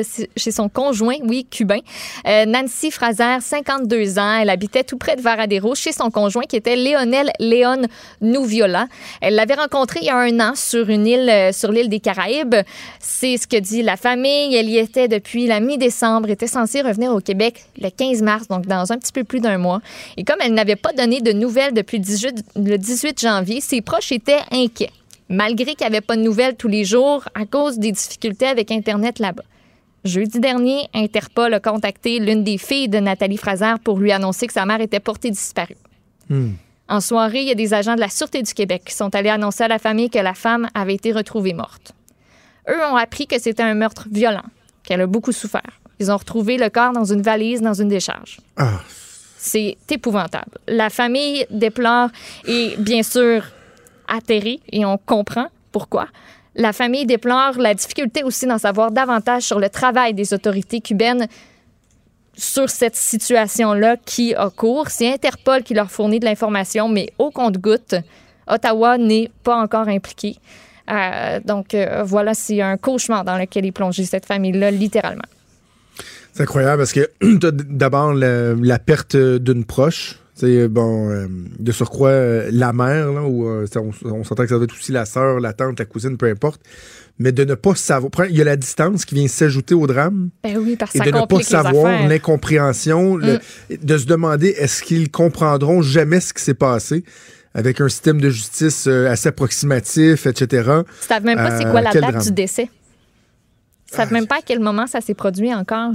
S5: cubain. Nancy Fraser, 52 ans. Elle habitait tout près de Varadero chez son conjoint qui était Léonel Léon Nouviola. Elle l'avait rencontré il y a 1 an sur une île, sur l'île des Caraïbes. C'est ce que dit la famille. Elle y était depuis la mi-décembre, était censée revenir au Québec le 15 mars, donc dans un petit peu plus d'1 mois. Et comme elle n'avait pas donné de nouvelles depuis le 18 janvier, ses proches étaient inquiets. Malgré qu'il n'y avait pas de nouvelles tous les jours à cause des difficultés avec Internet là-bas. Jeudi dernier, Interpol a contacté l'une des filles de Nathalie Fraser pour lui annoncer que sa mère était portée disparue. En soirée, il y a des agents de la Sûreté du Québec qui sont allés annoncer à la famille que la femme avait été retrouvée morte. Eux ont appris que c'était un meurtre violent, qu'elle a beaucoup souffert. Ils ont retrouvé le corps dans une valise, dans une décharge.
S4: Ah.
S5: C'est épouvantable. La famille déplore et, bien sûr, atterrée, et on comprend pourquoi. La famille déplore la difficulté aussi d'en savoir davantage sur le travail des autorités cubaines sur cette situation-là qui a cours. C'est Interpol qui leur fournit de l'information, mais au compte-gouttes, Ottawa n'est pas encore impliqué. Donc, voilà, c'est un cauchemar dans lequel est plongée cette famille-là, littéralement.
S4: C'est incroyable parce que tu as d'abord la perte d'une proche. De surcroît, la mère, là, où on s'entend que ça doit être aussi la sœur, la tante, la cousine, peu importe. Mais de ne pas savoir. Il y a la distance qui vient s'ajouter au drame.
S5: Ben oui, parce que ça
S4: et de ne pas savoir,
S5: affaires.
S4: l'incompréhension, de se demander est-ce qu'ils comprendront jamais ce qui s'est passé avec un système de justice assez approximatif, etc.
S5: Ils savent même pas c'est quoi la date
S4: drame.
S5: du décès. Ils savent même pas à quel moment ça s'est produit encore.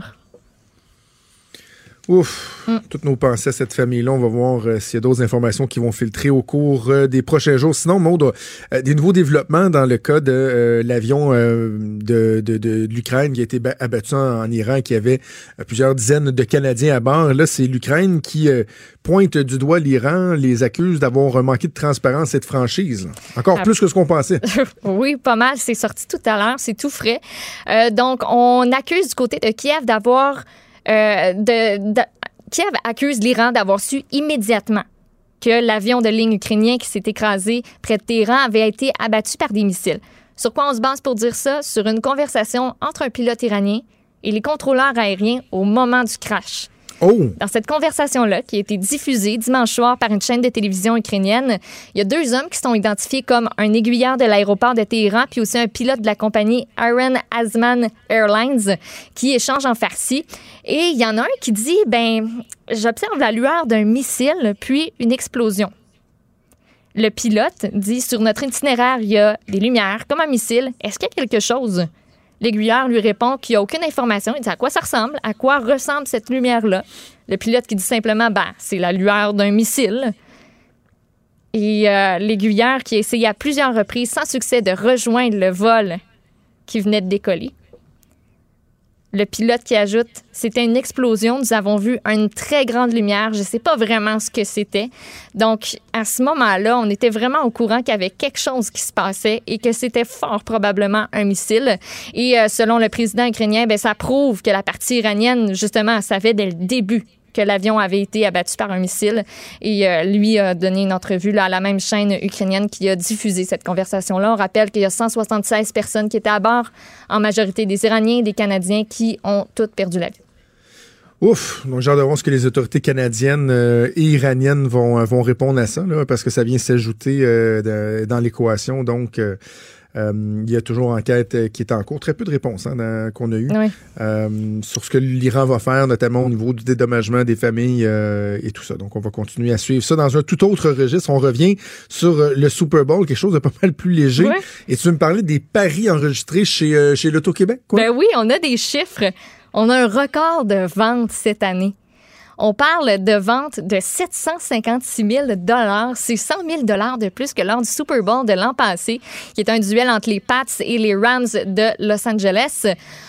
S4: Ouf, toutes nos pensées à cette famille-là. On va voir s'il y a d'autres informations qui vont filtrer au cours des prochains jours. Sinon, Maud, des nouveaux développements dans le cas de l'avion de l'Ukraine qui a été abattu en Iran, qui avait plusieurs dizaines de Canadiens à bord. Là, c'est l'Ukraine qui pointe du doigt l'Iran, les accuse d'avoir manqué de transparence et de franchise. Encore plus que ce qu'on pensait.
S5: Oui, pas mal. C'est sorti tout à l'heure. C'est tout frais. Donc, on accuse du côté de Kiev d'avoir... Kiev accuse l'Iran d'avoir su immédiatement que l'avion de ligne ukrainien qui s'est écrasé près de Téhéran avait été abattu par des missiles. Sur quoi on se base pour dire ça? Sur une conversation entre un pilote iranien et les contrôleurs aériens au moment du crash.
S4: Oh.
S5: Dans cette conversation-là, qui a été diffusée dimanche soir par une chaîne de télévision ukrainienne, il y a 2 hommes qui sont identifiés comme un aiguilleur de l'aéroport de Téhéran puis aussi un pilote de la compagnie Iron Azman Airlines qui échangent en farci. Et il y en a un qui dit, j'observe la lueur d'un missile puis une explosion. Le pilote dit, sur notre itinéraire, il y a des lumières comme un missile. Est-ce qu'il y a quelque chose? L'aiguilleur lui répond qu'il n'y a aucune information. Il dit à quoi ça ressemble, à quoi ressemble cette lumière-là. Le pilote qui dit simplement, c'est la lueur d'un missile. Et l'aiguilleur qui a essayé à plusieurs reprises, sans succès, de rejoindre le vol qui venait de décoller. Le pilote qui ajoute, c'était une explosion. Nous avons vu une très grande lumière. Je ne sais pas vraiment ce que c'était. Donc, à ce moment-là, on était vraiment au courant qu'il y avait quelque chose qui se passait et que c'était fort probablement un missile. Et selon le président ukrainien, ça prouve que la partie iranienne, justement, savait dès le début que l'avion avait été abattu par un missile. Et lui a donné une entrevue là, à la même chaîne ukrainienne qui a diffusé cette conversation-là. On rappelle qu'il y a 176 personnes qui étaient à bord, en majorité des Iraniens et des Canadiens, qui ont toutes perdu la vie.
S4: Ouf! Donc, j'ai hâte de voir ce que les autorités canadiennes et iraniennes vont répondre à ça, là, parce que ça vient s'ajouter dans l'équation. Donc, il y a toujours enquête qui est en cours. Très peu de réponses qu'on a eues sur ce que l'Iran va faire, notamment au niveau du dédommagement des familles et tout ça. Donc, on va continuer à suivre ça dans un tout autre registre. On revient sur le Super Bowl, quelque chose de pas mal plus léger. Ouais. Et tu veux me parler des paris enregistrés chez Loto-Québec, quoi?
S5: Ben oui, on a des chiffres. On a un record de vente cette année. On parle de vente de 756 000 $. C'est 100 000 $ de plus que lors du Super Bowl de l'an passé, qui est un duel entre les Pats et les Rams de Los Angeles.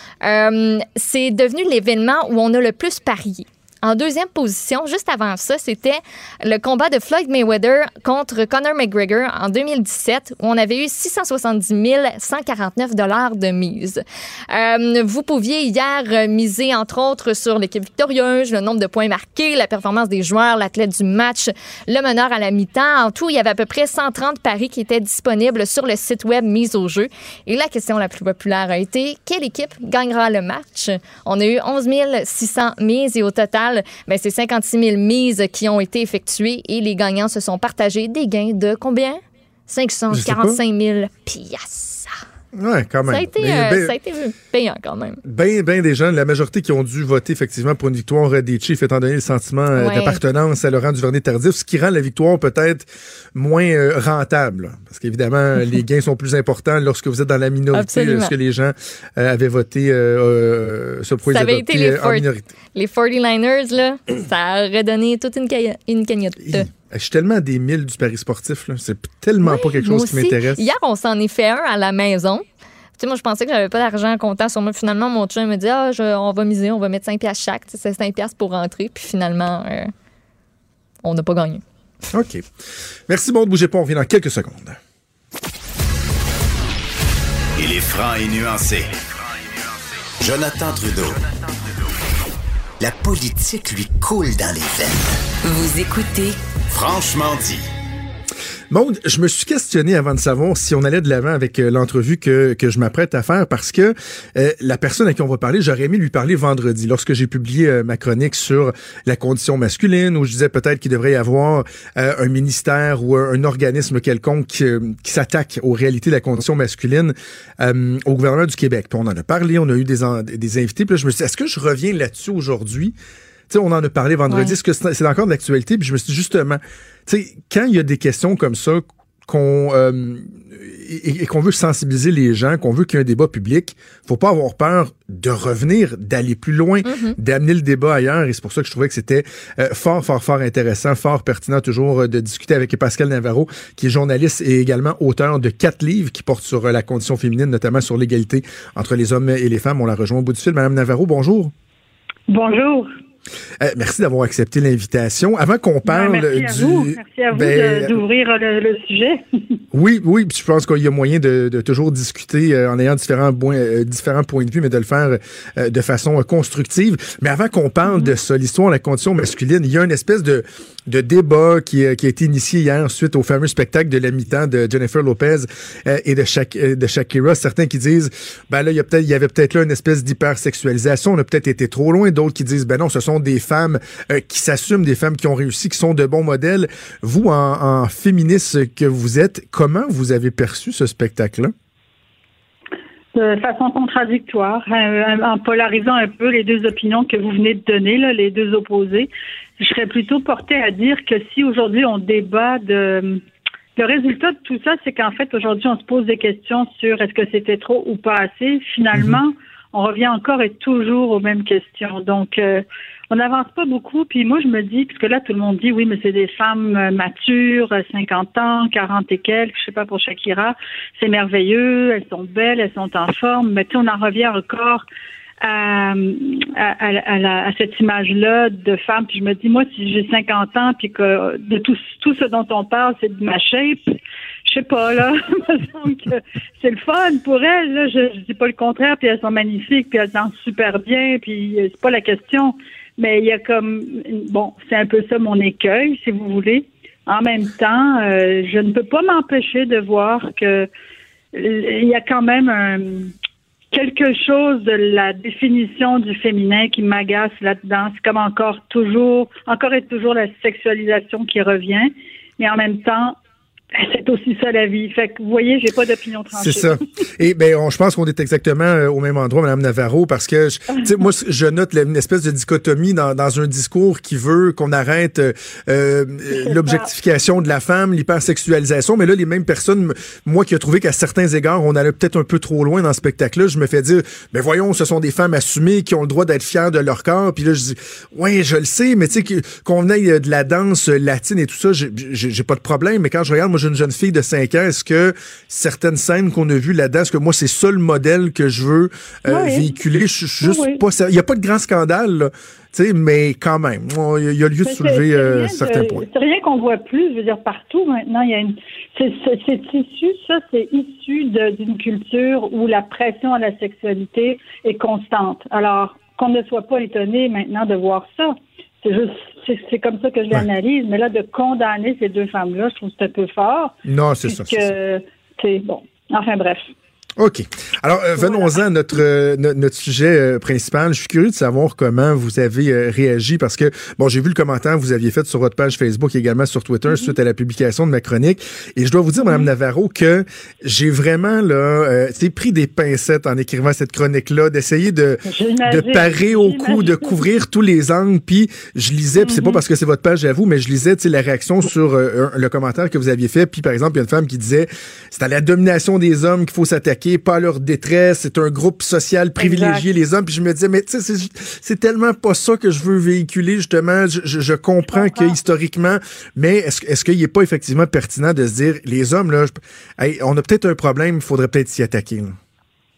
S5: C'est devenu l'événement où on a le plus parié. En deuxième position, juste avant ça, c'était le combat de Floyd Mayweather contre Conor McGregor en 2017, où on avait eu 670 149 $ de mise. Vous pouviez hier miser, entre autres, sur l'équipe victorieuse, le nombre de points marqués, la performance des joueurs, l'athlète du match, le meneur à la mi-temps. En tout, il y avait à peu près 130 paris qui étaient disponibles sur le site web Mise au jeu. Et la question la plus populaire a été, quelle équipe gagnera le match? On a eu 11 600 mises et au total, c'est 56 000 mises qui ont été effectuées et les gagnants se sont partagés des gains de combien? 545 000 piastres.
S4: Ouais, quand même.
S5: Ça a été payant quand même.
S4: Ben des gens, la majorité qui ont dû voter effectivement pour une victoire des Chiefs, étant donné le sentiment d'appartenance à Laurent Duvernay-Tardif, ce qui rend la victoire peut-être moins rentable. Parce qu'évidemment, les gains sont plus importants lorsque vous êtes dans la minorité, lorsque les gens avaient voté pour les adopter en minorité.
S5: Les 49ers, là, ça aurait donné toute une cagnotte.
S4: Je suis tellement des milles du pari sportif, là. C'est tellement pas quelque chose qui m'intéresse.
S5: Hier, on s'en est fait un à la maison. sais, moi, je pensais que j'avais pas d'argent en comptant sur moi. Finalement, mon chum me dit, on va miser, on va mettre 5$ chaque. C'est 5$ pour rentrer. Puis finalement, on n'a pas gagné.
S4: OK. Merci, bon, ne bougez pas, on revient dans quelques secondes.
S3: Il est franc et nuancé. Jonathan Trudeau. La politique lui coule dans les veines.
S1: Vous écoutez
S3: Franchement dit.
S4: Maude, je me suis questionné avant de savoir si on allait de l'avant avec l'entrevue que je m'apprête à faire parce que la personne à qui on va parler, j'aurais aimé lui parler vendredi lorsque j'ai publié ma chronique sur la condition masculine où je disais peut-être qu'il devrait y avoir un ministère ou un organisme quelconque qui s'attaque aux réalités de la condition masculine au gouvernement du Québec. Puis on en a parlé, on a eu des invités. Puis là, je me suis dit, est-ce que je reviens là-dessus aujourd'hui? Tu sais, on en a parlé vendredi. Est-ce que c'est encore de l'actualité? Puis je me suis dit, justement, tu sais, quand il y a des questions comme ça, qu'on veut sensibiliser les gens, qu'on veut qu'il y ait un débat public, faut pas avoir peur de revenir, d'aller plus loin, d'amener le débat ailleurs. Et c'est pour ça que je trouvais que c'était fort intéressant, fort pertinent toujours de discuter avec Pascal Navarro, qui est journaliste et également auteur de 4 livres qui portent sur la condition féminine, notamment sur l'égalité entre les hommes et les femmes. On la rejoint au bout du fil. Madame Navarro, bonjour.
S9: Bonjour.
S4: Merci d'avoir accepté l'invitation. Avant qu'on parle
S9: merci à vous d'ouvrir le sujet. Oui,
S4: puis je pense qu'il y a moyen de toujours discuter en ayant différents points de vue, mais de le faire de façon constructive. Mais avant qu'on parle de ça, l'histoire de la condition masculine, il y a une espèce de débat qui a été initié hier suite au fameux spectacle de la mi-temps de Jennifer Lopez et de Shakira. Certains qui disent, ben là, il y avait peut-être là une espèce d'hypersexualisation, on a peut-être été trop loin. D'autres qui disent, ben non, ce sont des femmes qui s'assument, des femmes qui ont réussi, qui sont de bons modèles. Vous, en féministe que vous êtes, comment vous avez perçu ce spectacle-là?
S9: De façon contradictoire, en polarisant un peu les deux opinions que vous venez de donner, là, les deux opposés. Je serais plutôt portée à dire que si aujourd'hui on débat de... Le résultat de tout ça, c'est qu'en fait, aujourd'hui, on se pose des questions sur est-ce que c'était trop ou pas assez. Finalement, on revient encore et toujours aux mêmes questions. Donc, on n'avance pas beaucoup. Puis moi, je me dis, parce que là, tout le monde dit, oui, mais c'est des femmes matures, 50 ans, 40 et quelques, je sais pas pour Shakira, c'est merveilleux, elles sont belles, elles sont en forme. Mais tu sais, on en revient encore à cette image-là de femme. Puis je me dis, moi, si j'ai 50 ans, puis que de tout ce dont on parle, c'est de ma shape, je sais pas, là, il me semble que c'est le fun pour elles, là, je dis pas le contraire, puis elles sont magnifiques, puis elles dansent super bien, puis c'est pas la question, mais il y a comme, bon, c'est un peu ça mon écueil, si vous voulez. En même temps, je ne peux pas m'empêcher de voir que il y a quand même quelque chose de la définition du féminin qui m'agace là-dedans. C'est comme encore et toujours la sexualisation qui revient, mais en même temps, c'est aussi ça la vie. Fait que vous voyez, j'ai pas d'opinion tranchée.
S4: C'est ça. Et je pense qu'on est exactement au même endroit, Mme Navarro, parce que moi, je note une espèce de dichotomie dans un discours qui veut qu'on arrête l'objectification de la femme, l'hypersexualisation. Mais là, les mêmes personnes, moi qui ai trouvé qu'à certains égards, on allait peut-être un peu trop loin dans ce spectacle-là, je me fais dire, mais voyons, ce sont des femmes assumées qui ont le droit d'être fières de leur corps. Puis là, je dis, ouais, je le sais, mais tu sais, qu'on ait de la danse latine et tout ça, j'ai pas de problème. Mais quand je regarde, moi, j'ai une jeune fille de 5 ans, est-ce que certaines scènes qu'on a vues là-dedans, est-ce que moi, c'est ça le modèle que je veux véhiculer? Je suis juste pas... Il n'y a pas de grand scandale, là, mais quand même, il y a lieu de soulever certains points.
S9: C'est rien qu'on voit plus, je veux dire, partout maintenant, il y a c'est issu d'une culture où la pression à la sexualité est constante. Alors, qu'on ne soit pas étonné maintenant de voir ça. C'est comme ça que je l'analyse, mais là, de condamner ces deux femmes-là, je trouve que c'est un peu fort.
S4: Non, c'est ça.
S9: C'est bon. Enfin, bref.
S4: OK. Alors, venons-en à notre sujet principal. Je suis curieux de savoir comment vous avez réagi parce que, bon, j'ai vu le commentaire que vous aviez fait sur votre page Facebook et également sur Twitter suite à la publication de ma chronique. Et je dois vous dire, Mme Navarro, que j'ai vraiment, là, pris des pincettes en écrivant cette chronique-là, d'essayer de parer au coup, de couvrir tous les angles. Puis, je lisais, puis c'est pas parce que c'est votre page à vous, mais je lisais, la réaction sur le commentaire que vous aviez fait. Puis, par exemple, il y a une femme qui disait, c'est à la domination des hommes qu'il faut s'attaquer, pas à leur détresse, c'est un groupe social privilégié, les hommes. Puis je me disais, mais tu sais, c'est tellement pas ça que je veux véhiculer, justement. Je comprends que historiquement, mais est-ce qu'il n'est pas effectivement pertinent de se dire, les hommes, là, on a peut-être un problème, il faudrait peut-être s'y attaquer, là.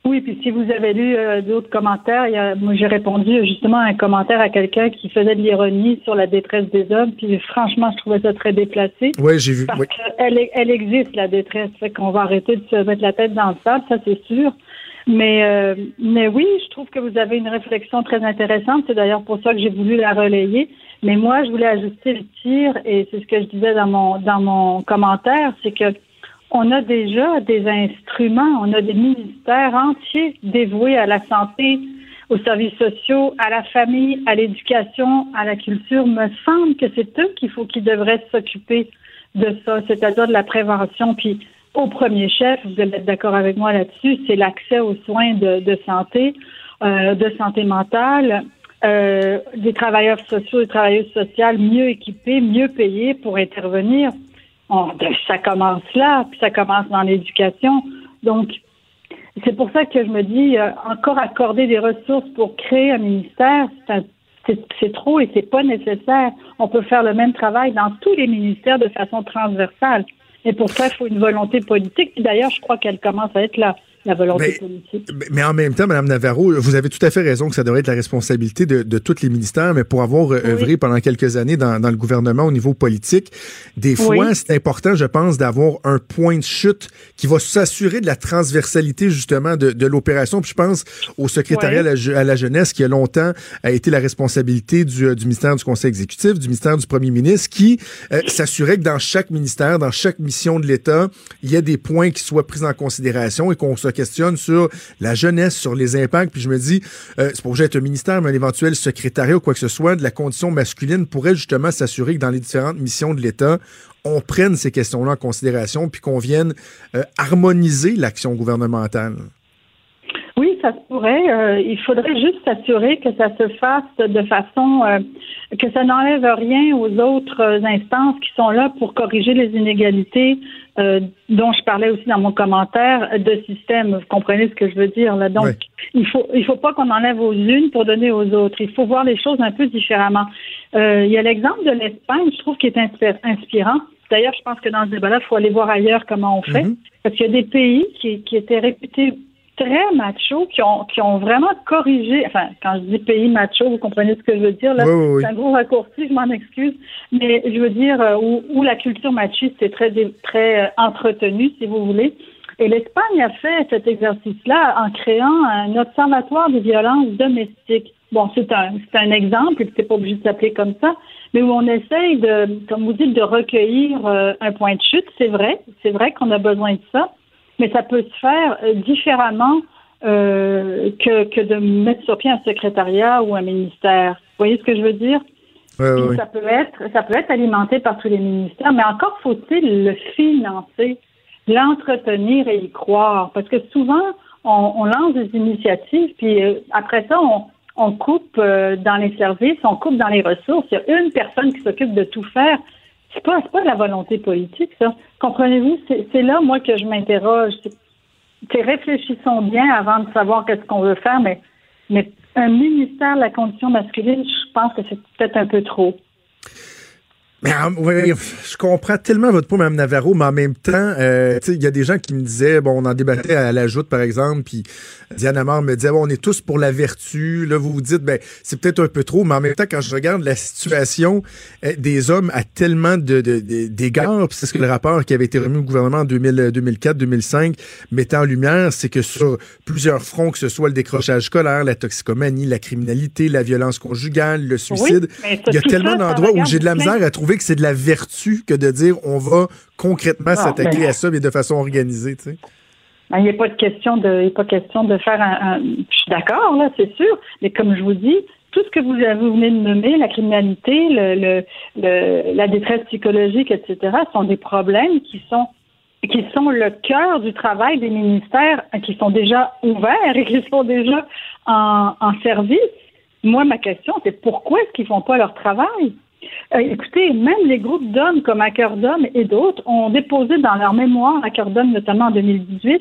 S9: Oui, puis si vous avez lu d'autres commentaires, moi j'ai répondu justement à un commentaire à quelqu'un qui faisait de l'ironie sur la détresse des hommes, puis franchement, je trouvais ça très déplacé.
S4: Oui, j'ai vu.
S9: Parce
S4: oui.
S9: qu'elle existe, la détresse, fait qu'on va arrêter de se mettre la tête dans le sable, ça c'est sûr. Mais oui, je trouve que vous avez une réflexion très intéressante. C'est d'ailleurs pour ça que j'ai voulu la relayer. Mais moi, je voulais ajuster le tir, et c'est ce que je disais dans mon commentaire, c'est que on a déjà des instruments, on a des ministères entiers dévoués à la santé, aux services sociaux, à la famille, à l'éducation, à la culture. Me semble que c'est eux qui devraient s'occuper de ça, c'est-à-dire de la prévention. Puis au premier chef, vous allez être d'accord avec moi là-dessus, c'est l'accès aux soins de santé mentale, des travailleurs sociaux et travailleuses sociales mieux équipés, mieux payés pour intervenir. Ça commence là, puis ça commence dans l'éducation. Donc, c'est pour ça que je me dis, encore accorder des ressources pour créer un ministère, c'est trop et c'est pas nécessaire. On peut faire le même travail dans tous les ministères de façon transversale. Et pour ça, il faut une volonté politique. Puis d'ailleurs, je crois qu'elle commence à être là. La volonté politique.
S4: Mais en même temps, Mme Navarro, vous avez tout à fait raison que ça devrait être la responsabilité de tous les ministères, mais pour avoir œuvré pendant quelques années dans le gouvernement au niveau politique, des fois, c'est important, je pense, d'avoir un point de chute qui va s'assurer de la transversalité, justement, de l'opération. Puis je pense au secrétariat à la jeunesse, qui a longtemps été la responsabilité du ministère du Conseil exécutif, du ministère du Premier ministre, qui s'assurait que dans chaque ministère, dans chaque mission de l'État, il y a des points qui soient pris en considération et qu'on se questionne sur la jeunesse, sur les impacts. Puis je me dis, c'est pas obligé d'être un ministère, mais un éventuel secrétariat ou quoi que ce soit de la condition masculine pourrait justement s'assurer que dans les différentes missions de l'État, on prenne ces questions-là en considération puis qu'on vienne harmoniser l'action gouvernementale.
S9: Oui, ça se pourrait. Il faudrait juste s'assurer que ça se fasse de façon que ça n'enlève rien aux autres instances qui sont là pour corriger les inégalités dont je parlais aussi dans mon commentaire de système. Vous comprenez ce que je veux dire là? Donc, il faut pas qu'on enlève aux unes pour donner aux autres. Il faut voir les choses un peu différemment. Il y a l'exemple de l'Espagne, je trouve, qui est inspirant. D'ailleurs, je pense que dans ce débat-là, il faut aller voir ailleurs comment on fait. Parce qu'il y a des pays qui étaient réputés très machos, qui ont vraiment corrigé, enfin, quand je dis pays macho, vous comprenez ce que je veux dire, là, c'est un gros raccourci, je m'en excuse, mais je veux dire, où la culture machiste est très entretenue, si vous voulez. Et l'Espagne a fait cet exercice-là en créant un observatoire des violences domestiques. Bon, c'est un exemple, et c'est pas obligé de s'appeler comme ça, mais où on essaye comme vous dites, de recueillir un point de chute. C'est vrai qu'on a besoin de ça. Mais ça peut se faire différemment que de mettre sur pied un secrétariat ou un ministère. Vous voyez ce que je veux dire? Oui. Ça peut être alimenté par tous les ministères, mais encore faut-il le financer, l'entretenir et y croire. Parce que souvent, on lance des initiatives, puis après ça, on coupe dans les services, on coupe dans les ressources. Il y a une personne qui s'occupe de tout faire. C'est pas de la volonté politique, ça. Comprenez-vous? C'est là, moi, que je m'interroge. Réfléchissons bien avant de savoir qu'est-ce qu'on veut faire, mais un ministère de la condition masculine, je pense que c'est peut-être un peu trop.
S4: Mais je comprends tellement votre point, Mme Navarro, mais en même temps, il y a des gens qui me disaient, bon, on en débattait à la Joute, par exemple, puis Diane Amar me disait, bon, on est tous pour la vertu. Là, vous vous dites, ben, c'est peut-être un peu trop, mais en même temps, quand je regarde la situation des hommes à tellement d'égards, puis c'est ce que le rapport qui avait été remis au gouvernement en 2004-2005 mettait en lumière, c'est que sur plusieurs fronts, que ce soit le décrochage scolaire, la toxicomanie, la criminalité, la violence conjugale, le suicide, il y a tellement d'endroits où j'ai de la misère à trouver que c'est de la vertu que de dire on va concrètement s'attaquer à ça, mais de façon organisée, tu sais.
S9: Il n'y a pas de question de faire un... Je suis d'accord, là, c'est sûr, mais comme je vous dis, tout ce que vous venez de nommer, la criminalité, la détresse psychologique, etc., sont des problèmes qui sont le cœur du travail des ministères qui sont déjà ouverts et qui sont déjà en service. Moi, ma question, c'est pourquoi est-ce qu'ils font pas leur travail? Écoutez, même les groupes d'hommes comme À cœur d'homme et d'autres ont déposé dans leur mémoire, À cœur d'homme notamment en 2018,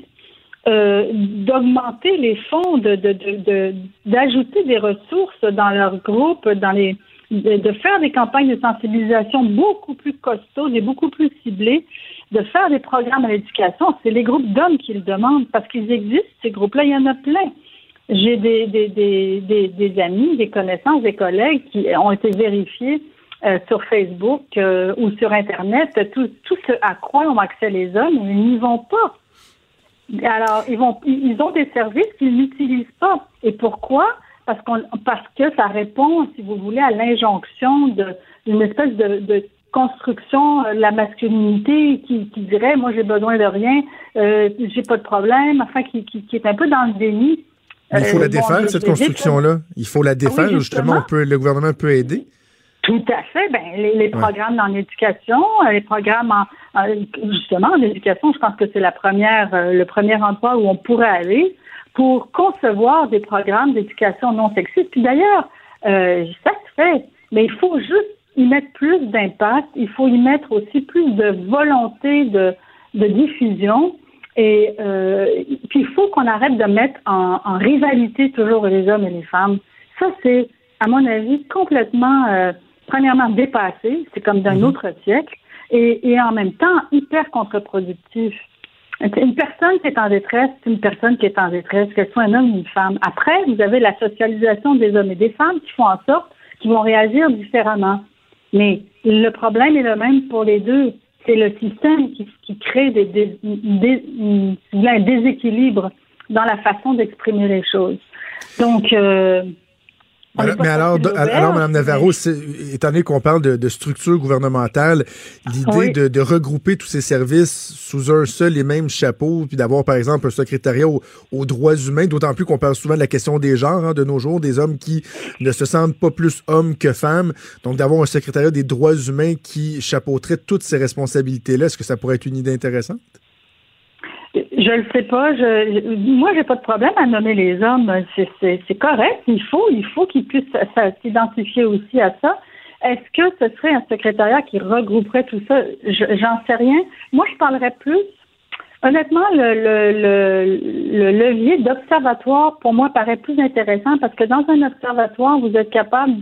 S9: d'augmenter les fonds, d'ajouter des ressources dans leur groupe, dans les de faire des campagnes de sensibilisation beaucoup plus costaudes et beaucoup plus ciblées, de faire des programmes à l'éducation. C'est les groupes d'hommes qui le demandent parce qu'ils existent, ces groupes-là, il y en a plein. J'ai des amis, des connaissances, des collègues qui ont été vérifiés sur Facebook ou sur Internet. Tout ce à quoi ont accès les hommes, ils n'y vont pas. Alors, ils ont des services qu'ils n'utilisent pas. Et pourquoi? Parce que ça répond, si vous voulez, à l'injonction d'une espèce de construction de la masculinité qui dirait, moi, j'ai besoin de rien, j'ai pas de problème, enfin, qui est un peu dans le déni.
S4: Mais il faut la défaire, cette construction-là. Il faut la défaire. Oui, justement, le gouvernement peut aider.
S9: Tout à fait. Ben, les programmes dans l'éducation, les programmes justement en éducation, je pense que c'est le premier endroit où on pourrait aller pour concevoir des programmes d'éducation non sexiste. Puis d'ailleurs, ça se fait, mais il faut juste y mettre plus d'impact. Il faut y mettre aussi plus de volonté de diffusion. Et puis il faut qu'on arrête de mettre en rivalité toujours les hommes et les femmes. Ça, c'est, à mon avis, complètement, premièrement, dépassé. C'est comme d'un autre siècle. Et en même temps, hyper contre-productif. Une personne qui est en détresse, c'est une personne qui est en détresse, qu'elle soit un homme ou une femme. Après, vous avez la socialisation des hommes et des femmes qui font en sorte qu'ils vont réagir différemment. Mais le problème est le même pour les deux. C'est le système qui crée un déséquilibre dans la façon d'exprimer les choses. Donc,
S4: mais alors, Mme Navarro, étant donné qu'on parle de structure gouvernementale, l'idée de regrouper tous ces services sous un seul et même chapeau, puis d'avoir, par exemple, un secrétariat aux droits humains, d'autant plus qu'on parle souvent de la question des genres de nos jours, des hommes qui ne se sentent pas plus hommes que femmes, donc d'avoir un secrétariat des droits humains qui chapeauterait toutes ces responsabilités-là, est-ce que ça pourrait être une idée intéressante?
S9: Je le sais pas. Moi, j'ai pas de problème à nommer les hommes. C'est correct. Il faut qu'ils puissent s'identifier aussi à ça. Est-ce que ce serait un secrétariat qui regrouperait tout ça? J'en sais rien. Moi, je parlerais plus. Honnêtement, le levier d'observatoire, pour moi, paraît plus intéressant parce que dans un observatoire, vous êtes capable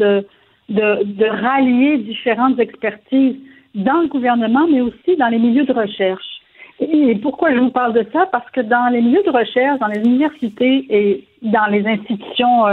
S9: de rallier différentes expertises dans le gouvernement, mais aussi dans les milieux de recherche. Et pourquoi je vous parle de ça? Parce que dans les milieux de recherche, dans les universités et dans les institutions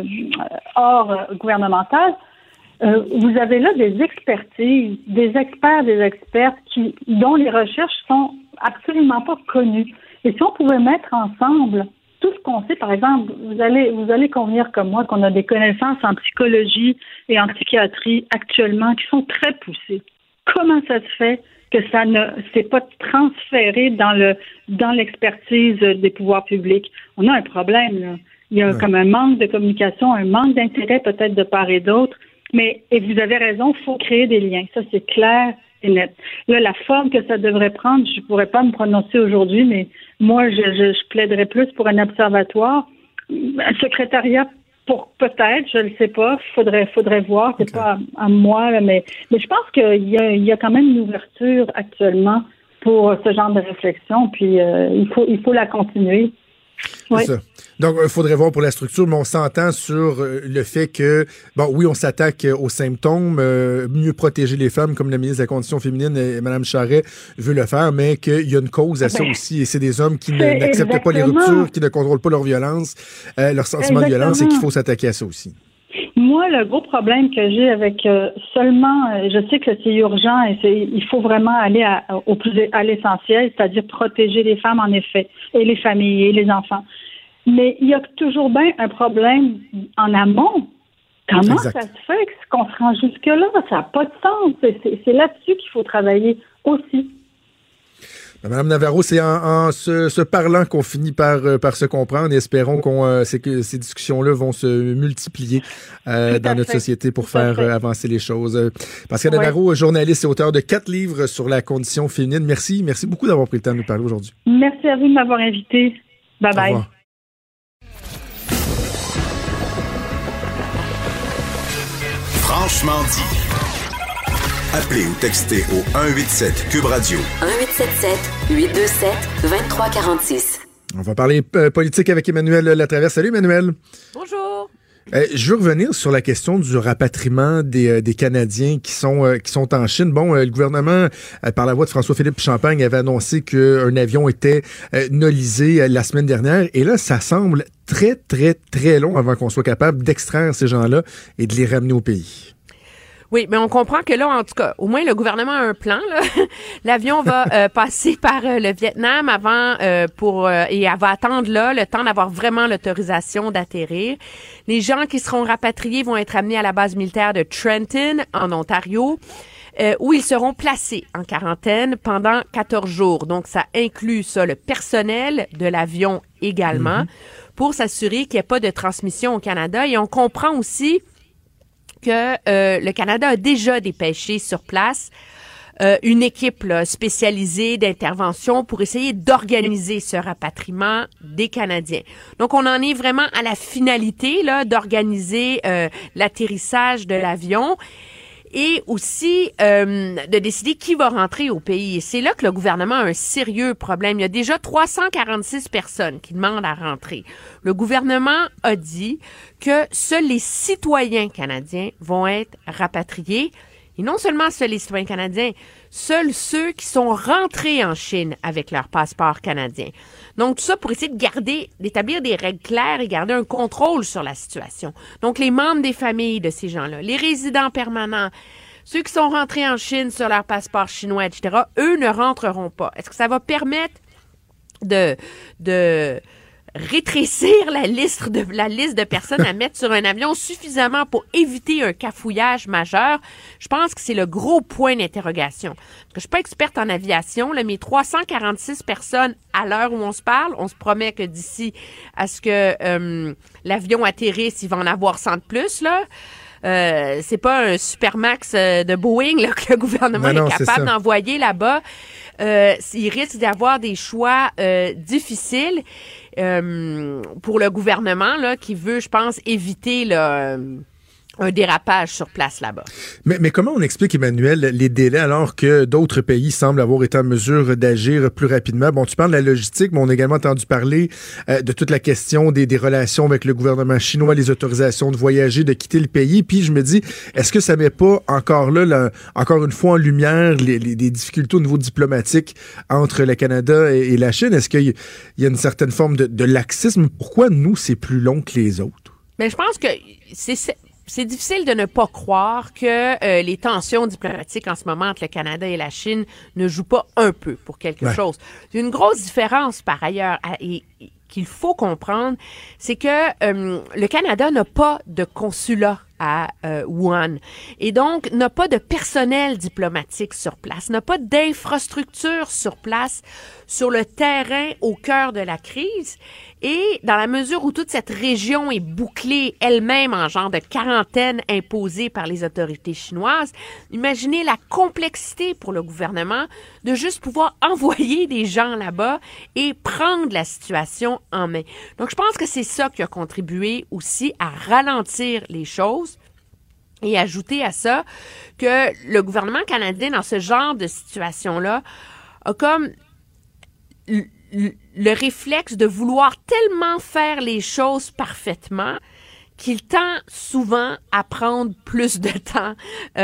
S9: hors gouvernementales, vous avez là des expertises, des expertes dont les recherches sont absolument pas connues. Et si on pouvait mettre ensemble tout ce qu'on sait, par exemple, vous allez convenir comme moi qu'on a des connaissances en psychologie et en psychiatrie actuellement qui sont très poussées. Comment ça se fait que ça ne s'est pas transféré dans l'expertise des pouvoirs publics? On a un problème, là. Il y a comme un manque de communication, un manque d'intérêt peut-être de part et d'autre. Mais, et vous avez raison, il faut créer des liens. Ça, c'est clair et net. Là, la forme que ça devrait prendre, je pourrais pas me prononcer aujourd'hui, mais moi, je plaiderais plus pour un observatoire. Un secrétariat, peut-être, je ne sais pas. Faudrait voir. C'est pas à moi, là, mais je pense qu'il y a quand même une ouverture actuellement pour ce genre de réflexion. Puis il faut la continuer.
S4: C'est ça. Donc, il faudrait voir pour la structure, mais on s'entend sur le fait que, bon, oui, on s'attaque aux symptômes, mieux protéger les femmes, comme la ministre de la Condition féminine, Mme Charest, veut le faire, mais qu'il y a une cause à ça aussi, et c'est des hommes qui n'acceptent pas les ruptures, qui ne contrôlent pas leur violence, leur sentiment de violence, et qu'il faut s'attaquer à ça aussi.
S9: Moi, le gros problème que j'ai avec je sais que c'est urgent et il faut vraiment aller à l'essentiel, c'est-à-dire protéger les femmes, en effet, et les familles et les enfants. Mais il y a toujours bien un problème en amont. Comment ça se fait qu'on se rend jusque-là? Ça n'a pas de sens. C'est là-dessus qu'il faut travailler aussi.
S4: Madame Navarro, c'est en se parlant qu'on finit par se comprendre et espérons que ces discussions-là vont se multiplier dans notre société pour faire avancer les choses. Pascal Navarro, journaliste et auteur de 4 livres sur la condition féminine. Merci beaucoup d'avoir pris le temps de nous parler aujourd'hui.
S9: Merci à vous de m'avoir invité. Bye bye. Au revoir.
S3: Franchement dit. Appelez ou textez au 187 Cube Radio.
S1: 1877-827-2346.
S4: On va parler politique avec Emmanuel Latraverse. Salut Emmanuel.
S10: Bonjour.
S4: Je veux revenir sur la question du rapatriement des Canadiens qui sont en Chine. Bon, le gouvernement, par la voix de François-Philippe Champagne, avait annoncé qu'un avion était nolisé la semaine dernière. Et là, ça semble très, très, très long avant qu'on soit capable d'extraire ces gens-là et de les ramener au pays.
S10: Oui, mais on comprend que là, en tout cas, au moins le gouvernement a un plan. Là. L'avion va passer par le Vietnam avant et elle va attendre là le temps d'avoir vraiment l'autorisation d'atterrir. Les gens qui seront rapatriés vont être amenés à la base militaire de Trenton, en Ontario, où ils seront placés en quarantaine pendant 14 jours. Donc, ça inclut ça, le personnel de l'avion également, pour s'assurer qu'il n'y ait pas de transmission au Canada. Et on comprend aussi que le Canada a déjà dépêché sur place une équipe là, spécialisée d'intervention pour essayer d'organiser ce rapatriement des Canadiens. Donc, on en est vraiment à la finalité là, d'organiser l'atterrissage de l'avion et aussi de décider qui va rentrer au pays. Et c'est là que le gouvernement a un sérieux problème. Il y a déjà 346 personnes qui demandent à rentrer. Le gouvernement a dit que seuls les citoyens canadiens vont être rapatriés. Et non seulement seuls les citoyens canadiens, seuls ceux qui sont rentrés en Chine avec leur passeport canadien. Donc, tout ça pour essayer d'établir des règles claires et garder un contrôle sur la situation. Donc, les membres des familles de ces gens-là, les résidents permanents, ceux qui sont rentrés en Chine sur leur passeport chinois, etc., eux ne rentreront pas. Est-ce que ça va permettre de rétrécir la liste de personnes à mettre sur un avion suffisamment pour éviter un cafouillage majeur? Je pense que c'est le gros point d'interrogation. Je suis pas experte en aviation, là, mais 346 personnes à l'heure où on se parle, on se promet que d'ici à ce que l'avion atterrisse, il va en avoir 100 de plus, là. C'est pas un Supermax de Boeing là, que le gouvernement est capable d'envoyer là-bas. Il risque d'y avoir des choix difficiles pour le gouvernement là, qui veut, je pense, éviter là, un dérapage sur place là-bas.
S4: Mais comment on explique, Emmanuel, les délais alors que d'autres pays semblent avoir été en mesure d'agir plus rapidement? Bon, tu parles de la logistique, mais on a également entendu parler de toute la question des relations avec le gouvernement chinois, les autorisations de voyager, de quitter le pays. Puis je me dis, est-ce que ça met pas encore encore une fois en lumière les difficultés au niveau diplomatique entre le Canada et la Chine? Est-ce qu'il y a une certaine forme de laxisme? Pourquoi nous, c'est plus long que les autres?
S10: Mais je pense que c'est difficile de ne pas croire que les tensions diplomatiques en ce moment entre le Canada et la Chine ne jouent pas un peu pour quelque chose. Il y a une grosse différence par ailleurs et qu'il faut comprendre, c'est que le Canada n'a pas de consulat à Wuhan et donc n'a pas de personnel diplomatique sur place, n'a pas d'infrastructure sur place, sur le terrain au cœur de la crise. Et dans la mesure où toute cette région est bouclée elle-même en genre de quarantaine imposée par les autorités chinoises, imaginez la complexité pour le gouvernement de juste pouvoir envoyer des gens là-bas et prendre la situation en main. Donc, je pense que c'est ça qui a contribué aussi à ralentir les choses. Et ajouter à ça que le gouvernement canadien, dans ce genre de situation-là, a comme le réflexe de vouloir tellement faire les choses parfaitement qu'il tend souvent à prendre plus de temps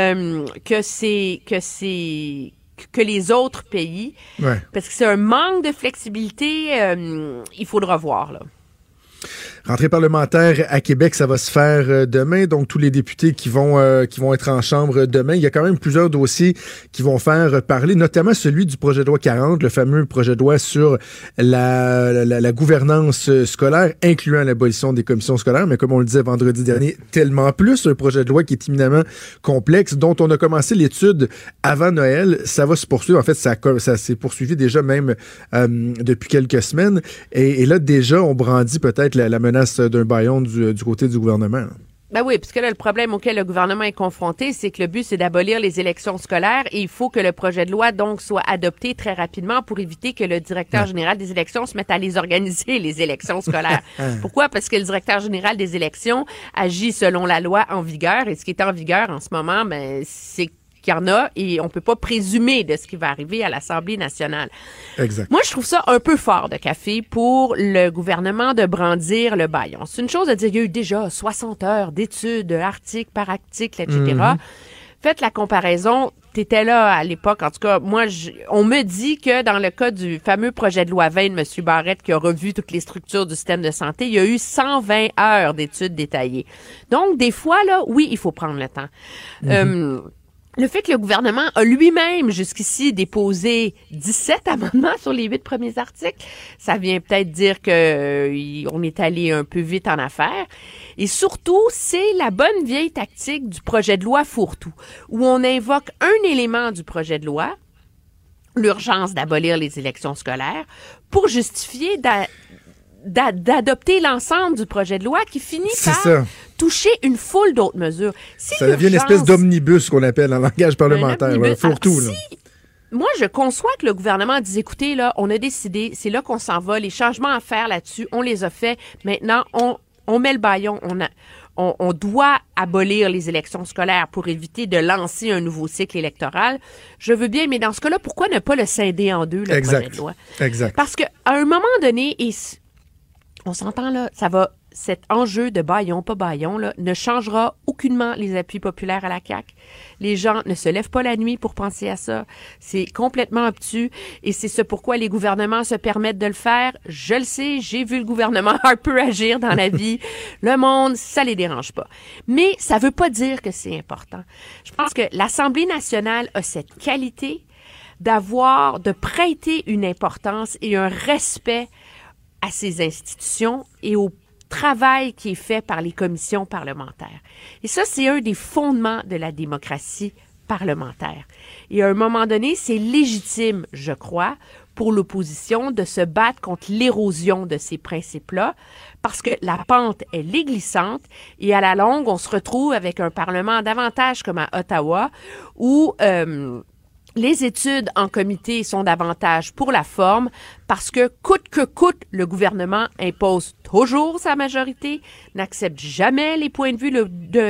S10: que les autres pays. Ouais. Parce que c'est un manque de flexibilité, il faut le revoir, là.
S4: Rentrée parlementaire à Québec, ça va se faire demain. Donc, tous les députés qui vont être en chambre demain. Il y a quand même plusieurs dossiers qui vont faire parler, notamment celui du projet de loi 40, le fameux projet de loi sur la gouvernance scolaire, incluant l'abolition des commissions scolaires. Mais comme on le disait vendredi dernier, tellement plus, un projet de loi qui est éminemment complexe, dont on a commencé l'étude avant Noël. Ça va se poursuivre. En fait, ça s'est poursuivi déjà même depuis quelques semaines. Et là, déjà, on brandit peut-être la menace d'un bâillon du côté du gouvernement.
S10: Ben oui, parce que là, le problème auquel le gouvernement est confronté, c'est que le but, c'est d'abolir les élections scolaires et il faut que le projet de loi, donc, soit adopté très rapidement pour éviter que le directeur général des élections se mette à les organiser, les élections scolaires. Pourquoi? Parce que le directeur général des élections agit selon la loi en vigueur et ce qui est en vigueur en ce moment, ben, c'est qu'il y en a et on peut pas présumer de ce qui va arriver à l'Assemblée nationale.
S4: Exact.
S10: Moi, je trouve ça un peu fort de café pour le gouvernement de brandir le bâillon. C'est une chose de dire qu'il y a eu déjà 60 heures d'études, article par article, etc. Faites la comparaison. T'étais là à l'époque. En tout cas, moi, on me dit que dans le cas du fameux projet de loi 20 de M. Barrette qui a revu toutes les structures du système de santé, il y a eu 120 heures d'études détaillées. Donc, des fois, là, oui, il faut prendre le temps. Le fait que le gouvernement a lui-même jusqu'ici déposé 17 amendements sur les 8 premiers articles, ça vient peut-être dire que on est allé un peu vite en affaires. Et surtout, c'est la bonne vieille tactique du projet de loi fourre-tout, où on invoque un élément du projet de loi, l'urgence d'abolir les élections scolaires, pour justifier d'adopter l'ensemble du projet de loi qui finit par toucher une foule d'autres mesures. Ça
S4: devient une espèce d'omnibus qu'on appelle en langage parlementaire. Fourre-tout.
S10: Moi, je conçois que le gouvernement dise, écoutez, là, on a décidé, c'est là qu'on s'en va, les changements à faire là-dessus, on les a faits. Maintenant, on met le bâillon, on doit abolir les élections scolaires pour éviter de lancer un nouveau cycle électoral. Je veux bien, mais dans ce cas-là, pourquoi ne pas le scinder en deux, le projet de loi?
S4: Exact.
S10: Parce qu'à un moment donné, et on s'entend là, cet enjeu de bâillon, pas bâillon, là, ne changera aucunement les appuis populaires à la CAQ. Les gens ne se lèvent pas la nuit pour penser à ça. C'est complètement obtus et c'est ce pourquoi les gouvernements se permettent de le faire. Je le sais, j'ai vu le gouvernement un peu agir dans la vie. Le monde, ça les dérange pas. Mais ça veut pas dire que c'est important. Je pense que l'Assemblée nationale a cette qualité de prêter une importance et un respect à ces institutions et au travail qui est fait par les commissions parlementaires. Et ça, c'est un des fondements de la démocratie parlementaire. Et à un moment donné, c'est légitime, je crois, pour l'opposition de se battre contre l'érosion de ces principes-là, parce que la pente, elle est glissante, et à la longue, on se retrouve avec un Parlement davantage comme à Ottawa, où les études en comité sont davantage pour la forme parce que coûte, le gouvernement impose toujours sa majorité, n'accepte jamais les points de vue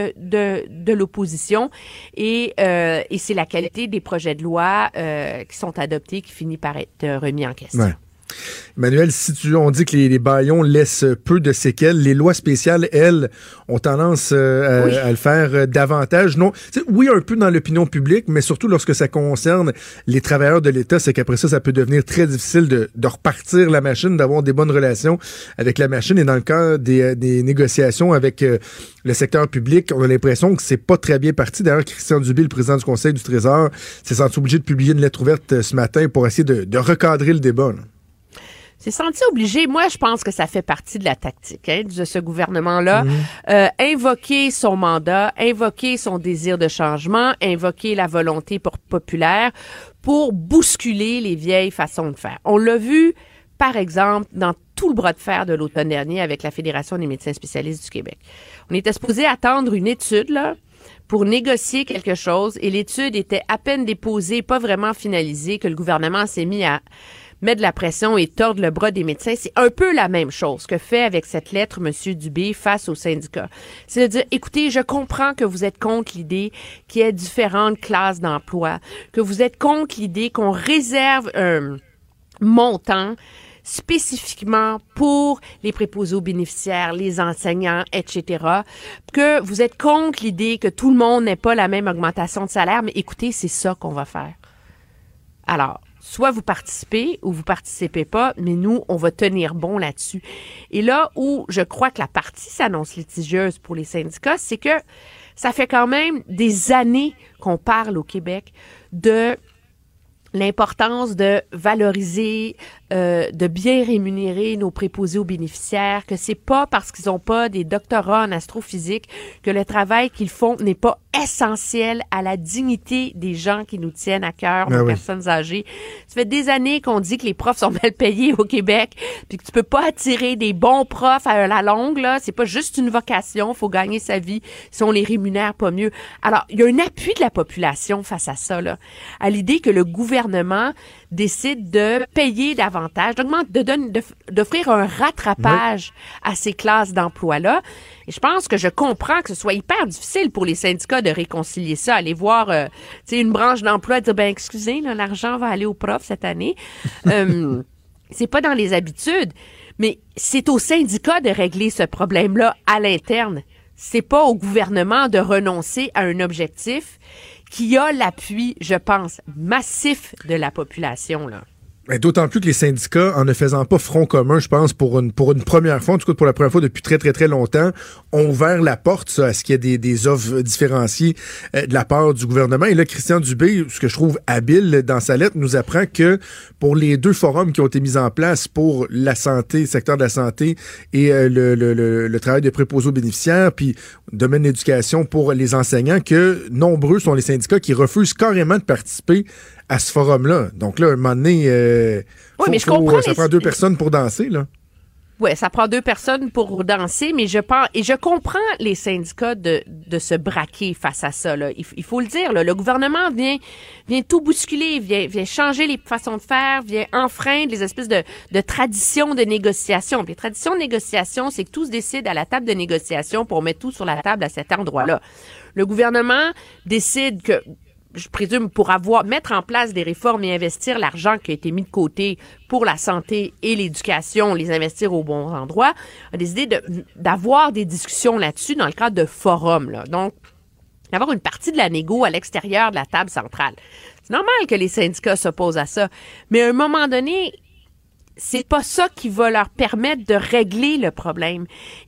S10: de l'opposition et c'est la qualité des projets de loi qui sont adoptés qui finit par être remis en question. Ouais.
S4: Emmanuel, on dit que les bâillons laissent peu de séquelles, les lois spéciales, elles, ont tendance à le faire davantage. Non, oui, un peu dans l'opinion publique, mais surtout lorsque ça concerne les travailleurs de l'État, c'est qu'après ça peut devenir très difficile de repartir la machine, d'avoir des bonnes relations avec la machine. Et dans le cas des négociations avec le secteur public, on a l'impression que c'est pas très bien parti. D'ailleurs, Christian Dubé, le président du Conseil du Trésor, s'est senti obligé de publier une lettre ouverte ce matin pour essayer de recadrer le débat. Là.
S10: C'est senti obligé. Moi, je pense que ça fait partie de la tactique de ce gouvernement-là. Invoquer son mandat, invoquer son désir de changement, invoquer la volonté populaire pour bousculer les vieilles façons de faire. On l'a vu, par exemple, dans tout le bras de fer de l'automne dernier avec la Fédération des médecins spécialistes du Québec. On était supposé attendre une étude, là, pour négocier quelque chose, et l'étude était à peine déposée, pas vraiment finalisée, que le gouvernement s'est mis à mettre de la pression et tordre le bras des médecins. C'est un peu la même chose que fait avec cette lettre M. Dubé face aux syndicats. C'est de dire, écoutez, je comprends que vous êtes contre l'idée qu'il y ait différentes classes d'emploi, que vous êtes contre l'idée qu'on réserve un montant spécifiquement pour les préposés aux bénéficiaires, les enseignants, etc., que vous êtes contre l'idée que tout le monde n'ait pas la même augmentation de salaire, mais écoutez, c'est ça qu'on va faire. Alors, soit vous participez ou vous participez pas, mais nous, on va tenir bon là-dessus. Et là où je crois que la partie s'annonce litigieuse pour les syndicats, c'est que ça fait quand même des années qu'on parle au Québec de l'importance de valoriser, de bien rémunérer nos préposés aux bénéficiaires, que c'est pas parce qu'ils ont pas des doctorats en astrophysique que le travail qu'ils font n'est pas essentiel à la dignité des gens qui nous tiennent à cœur, nos personnes âgées. Ça fait des années qu'on dit que les profs sont mal payés au Québec, puis que tu peux pas attirer des bons profs à la longue, là. C'est pas juste une vocation, faut gagner sa vie si on les rémunère pas mieux. Alors, il y a un appui de la population face à ça, là, à l'idée que le gouvernement décide de payer davantage, d'offrir un rattrapage à ces classes d'emploi-là. Et je pense que je comprends que ce soit hyper difficile pour les syndicats de réconcilier ça, aller voir une branche d'emploi et dire, ben excusez, là, l'argent va aller aux profs cette année. C'est pas dans les habitudes, mais c'est aux syndicats de régler ce problème-là à l'interne. C'est pas au gouvernement de renoncer à un objectif qui a l'appui, je pense, massif de la population, là.
S4: D'autant plus que les syndicats, en ne faisant pas front commun, je pense, pour une première fois, en tout cas pour la première fois depuis très, très, très longtemps, ont ouvert la porte à ce qu'il y ait des offres différenciées de la part du gouvernement. Et là, Christian Dubé, ce que je trouve habile dans sa lettre, nous apprend que pour les 2 forums qui ont été mis en place pour la santé, le secteur de la santé et le travail de préposés aux bénéficiaires, puis domaine de l'éducation pour les enseignants, que nombreux sont les syndicats qui refusent carrément de participer à ce forum-là. Donc là, un moment donné,
S10: mais je comprends
S4: ça prend 2 personnes pour danser, là.
S10: Oui, ça prend 2 personnes pour danser, mais je comprends les syndicats de se braquer face à ça, là. Il faut le dire, là. Le gouvernement vient tout bousculer, vient changer les façons de faire, vient enfreindre les espèces de traditions de négociation. Puis les traditions de négociation, c'est que tout se décide à la table de négociation pour mettre tout sur la table à cet endroit-là. Le gouvernement décide que, je présume, pour mettre en place des réformes et investir l'argent qui a été mis de côté pour la santé et l'éducation, les investir au bon endroit, a décidé d'avoir des discussions là-dessus dans le cadre de forums, là. Donc, d'avoir une partie de la négo à l'extérieur de la table centrale. C'est normal que les syndicats s'opposent à ça, mais à un moment donné, c'est pas ça qui va leur permettre de régler le problème.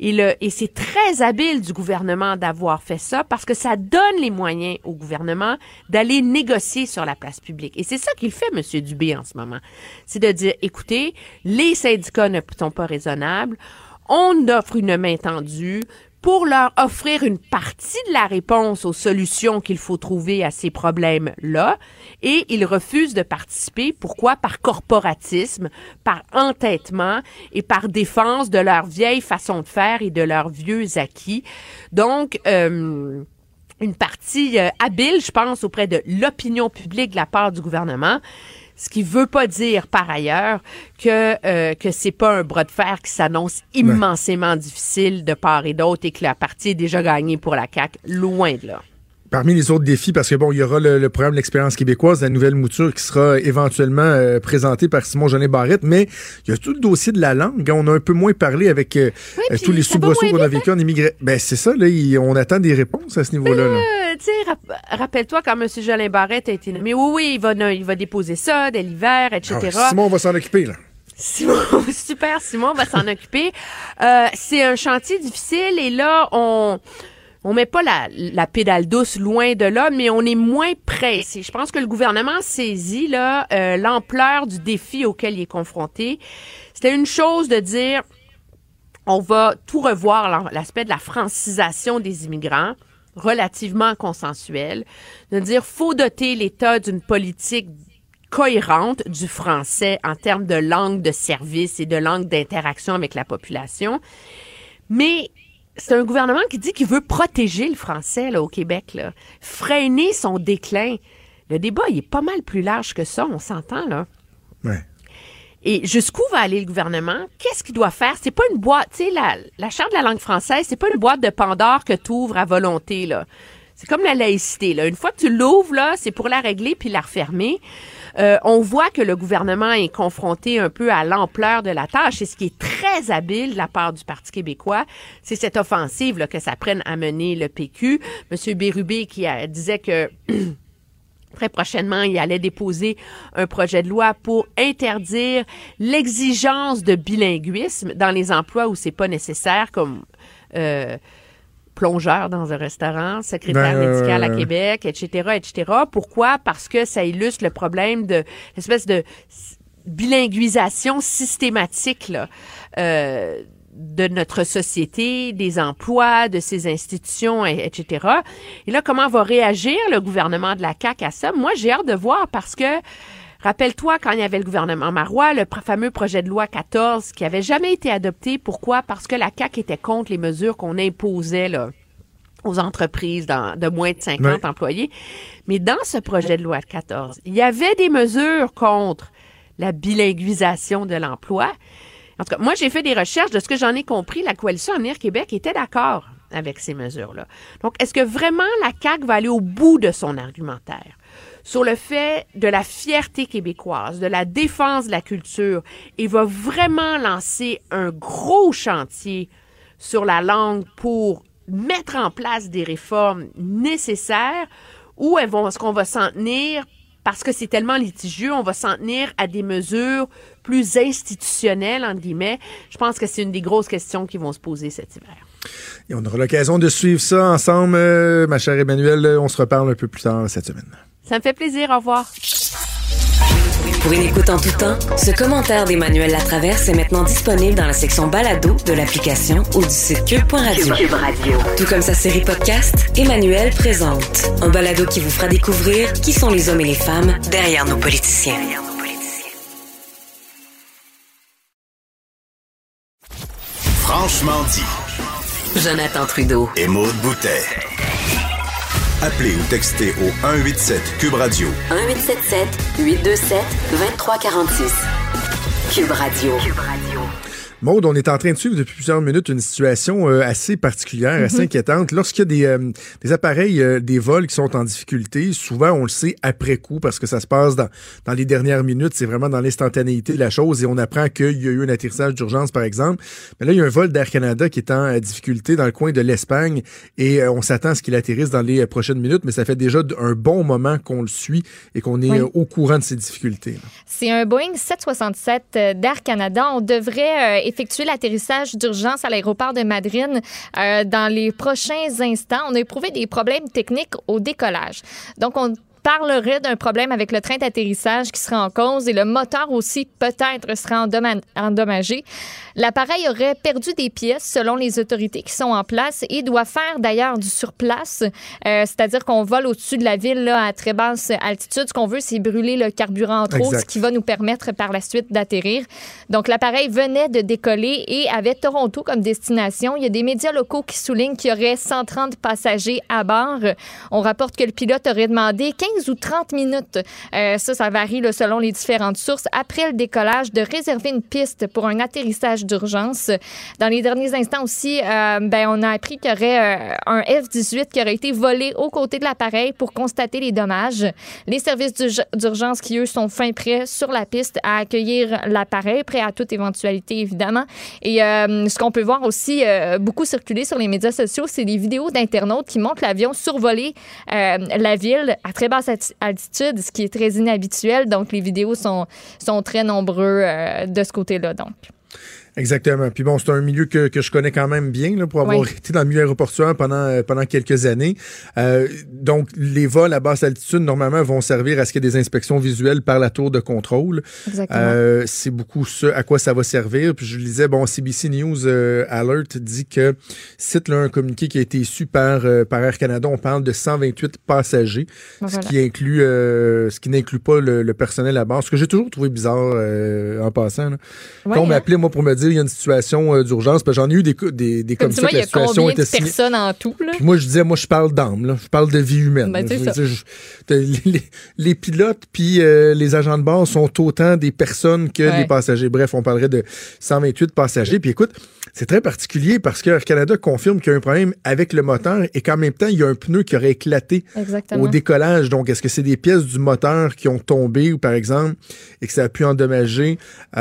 S10: Et c'est très habile du gouvernement d'avoir fait ça parce que ça donne les moyens au gouvernement d'aller négocier sur la place publique. Et c'est ça qu'il fait, M. Dubé, en ce moment. C'est de dire, écoutez, les syndicats ne sont pas raisonnables, on offre une main tendue pour leur offrir une partie de la réponse aux solutions qu'il faut trouver à ces problèmes-là, et ils refusent de participer. Pourquoi? Par corporatisme, par entêtement et par défense de leur vieille façon de faire et de leurs vieux acquis. Donc, une partie habile, je pense, auprès de l'opinion publique de la part du gouvernement. Ce qui veut pas dire, par ailleurs, que c'est pas un bras de fer qui s'annonce immensément difficile de part et d'autre et que la partie est déjà gagnée pour la CAQ, loin de là.
S4: Parmi les autres défis, parce que bon, il y aura le programme de l'expérience québécoise, la nouvelle mouture qui sera éventuellement présentée par Simon-Jeanin Barrette, mais il y a tout le dossier de la langue. On a un peu moins parlé avec tous les soubresauts qu'on a vécu en immigré. Ben c'est ça, là, on attend des réponses à ce niveau-là.
S10: Tu sais, rappelle-toi quand M. Jeanin Barrette a été nommé. Oui, il va déposer ça dès l'hiver, etc.
S4: Simon va s'en occuper, là.
S10: Super, Simon va s'en occuper. C'est un chantier difficile et là, on met pas la pédale douce loin de là, mais on est moins pressé. Je pense que le gouvernement saisit là l'ampleur du défi auquel il est confronté. C'était une chose de dire on va tout revoir l'aspect de la francisation des immigrants, relativement consensuel, de dire faut doter l'État d'une politique cohérente du français en termes de langue de service et de langue d'interaction avec la population. Mais c'est un gouvernement qui dit qu'il veut protéger le français là, au Québec, là, freiner son déclin. Le débat, il est pas mal plus large que ça, on s'entend, là.
S4: Ouais.
S10: Et jusqu'où va aller le gouvernement? Qu'est-ce qu'il doit faire? C'est pas une boîte, tu sais, la Charte de la langue française, c'est pas une boîte de Pandore que tu ouvres à volonté, là. C'est comme la laïcité, là. Une fois que tu l'ouvres, là, c'est pour la régler puis la refermer. On voit que le gouvernement est confronté un peu à l'ampleur de la tâche. Et ce qui est très habile de la part du Parti québécois, c'est cette offensive là, que ça prenne à mener le PQ. M. Bérubé qui disait que très prochainement, il allait déposer un projet de loi pour interdire l'exigence de bilinguisme dans les emplois où c'est pas nécessaire, comme plongeur dans un restaurant, secrétaire médical à Québec, etc., etc. Pourquoi? Parce que ça illustre le problème de l'espèce de bilinguisation systématique là, de notre société, des emplois, de ses institutions, etc. Et là, comment va réagir le gouvernement de la CAQ à ça? Moi, j'ai hâte de voir parce que rappelle-toi, quand il y avait le gouvernement Marois, le fameux projet de loi 14 qui avait jamais été adopté. Pourquoi? Parce que la CAQ était contre les mesures qu'on imposait là, aux entreprises de moins de 50 employés. Mais dans ce projet de loi 14, il y avait des mesures contre la bilinguisation de l'emploi. En tout cas, moi, j'ai fait des recherches. De ce que j'en ai compris, la Coalition Avenir Québec était d'accord avec ces mesures-là. Donc, est-ce que vraiment la CAQ va aller au bout de son argumentaire sur le fait de la fierté québécoise, de la défense de la culture, et va vraiment lancer un gros chantier sur la langue pour mettre en place des réformes nécessaires, ou est-ce qu'on va s'en tenir, parce que c'est tellement litigieux, on va s'en tenir à des mesures plus institutionnelles, entre guillemets? Je pense que c'est une des grosses questions qui vont se poser cet hiver.
S4: Et on aura l'occasion de suivre ça ensemble, ma chère Emmanuelle. On se reparle un peu plus tard cette semaine.
S10: Ça me fait plaisir. Au revoir.
S1: Pour une écoute en tout temps, ce commentaire d'Emmanuel Latraverse est maintenant disponible dans la section balado de l'application ou du site cube.radio. Cube Radio. Tout comme sa série podcast, Emmanuel présente. Un balado qui vous fera découvrir qui sont les hommes et les femmes derrière nos politiciens.
S3: Franchement dit.
S1: Jonathan Trudeau.
S3: Et Maude Boutet. Appelez ou textez au 187 Cube Radio.
S1: 1877-827-2346. Cube Radio.
S4: Maude, on est en train de suivre depuis plusieurs minutes une situation assez particulière, assez inquiétante. Lorsqu'il y a des appareils, des vols qui sont en difficulté, souvent on le sait après coup parce que ça se passe dans les dernières minutes, c'est vraiment dans l'instantanéité de la chose et on apprend qu'il y a eu un atterrissage d'urgence par exemple. Mais là, il y a un vol d'Air Canada qui est en difficulté dans le coin de l'Espagne et on s'attend à ce qu'il atterrisse dans les prochaines minutes, mais ça fait déjà un bon moment qu'on le suit et qu'on est au courant de ces difficultés.
S5: C'est un Boeing 767 d'Air Canada. On devrait effectuer l'atterrissage d'urgence à l'aéroport de Madrid dans les prochains instants. On a éprouvé des problèmes techniques au décollage. Donc, on parlerait d'un problème avec le train d'atterrissage qui serait en cause et le moteur aussi peut-être serait endommagé. L'appareil aurait perdu des pièces selon les autorités qui sont en place et doit faire d'ailleurs du surplace, c'est-à-dire qu'on vole au-dessus de la ville là, à très basse altitude. Ce qu'on veut, c'est brûler le carburant en trop, ce qui va nous permettre par la suite d'atterrir. Donc l'appareil venait de décoller et avait Toronto comme destination. Il y a des médias locaux qui soulignent qu'il y aurait 130 passagers à bord. On rapporte que le pilote aurait demandé 15 ou 30 minutes, ça varie là, selon les différentes sources, après le décollage, de réserver une piste pour un atterrissage d'urgence. Dans les derniers instants aussi, on a appris qu'il y aurait un F-18 qui aurait été volé aux côtés de l'appareil pour constater les dommages. Les services d'urgence qui, eux, sont fin prêts sur la piste à accueillir l'appareil, prêts à toute éventualité, évidemment. Et ce qu'on peut voir aussi beaucoup circuler sur les médias sociaux, c'est des vidéos d'internautes qui montrent l'avion survoler la ville à très basse altitude, ce qui est très inhabituel. Donc, les vidéos sont très nombreux de ce côté-là, donc.
S4: Exactement. Puis bon, c'est un milieu que je connais quand même bien là, pour avoir été dans le milieu aéroportuaire pendant quelques années. Donc, les vols à basse altitude, normalement, vont servir à ce qu'il y ait des inspections visuelles par la tour de contrôle. Exactement. C'est beaucoup ce à quoi ça va servir. Puis je lisais, CBC News Alert dit que, cite là, un communiqué qui a été issu par Air Canada, on parle de 128 passagers, ce qui n'inclut pas le personnel à bord. Ce que j'ai toujours trouvé bizarre en passant. Là. Quand on m'appelait, moi, pour me dire il y a une situation d'urgence, parce que j'en ai eu des comme ça, que la situation était signée.
S5: Personnes en tout, là?
S4: Puis moi, je disais, je parle d'âme, là. Je parle de vie humaine. Les pilotes puis les agents de bord sont autant des personnes que des passagers. Bref, on parlerait de 128 passagers. Puis écoute, c'est très particulier parce que Air Canada confirme qu'il y a un problème avec le moteur et qu'en même temps, il y a un pneu qui aurait éclaté au décollage. Donc, est-ce que c'est des pièces du moteur qui ont tombé ou par exemple, et que ça a pu endommager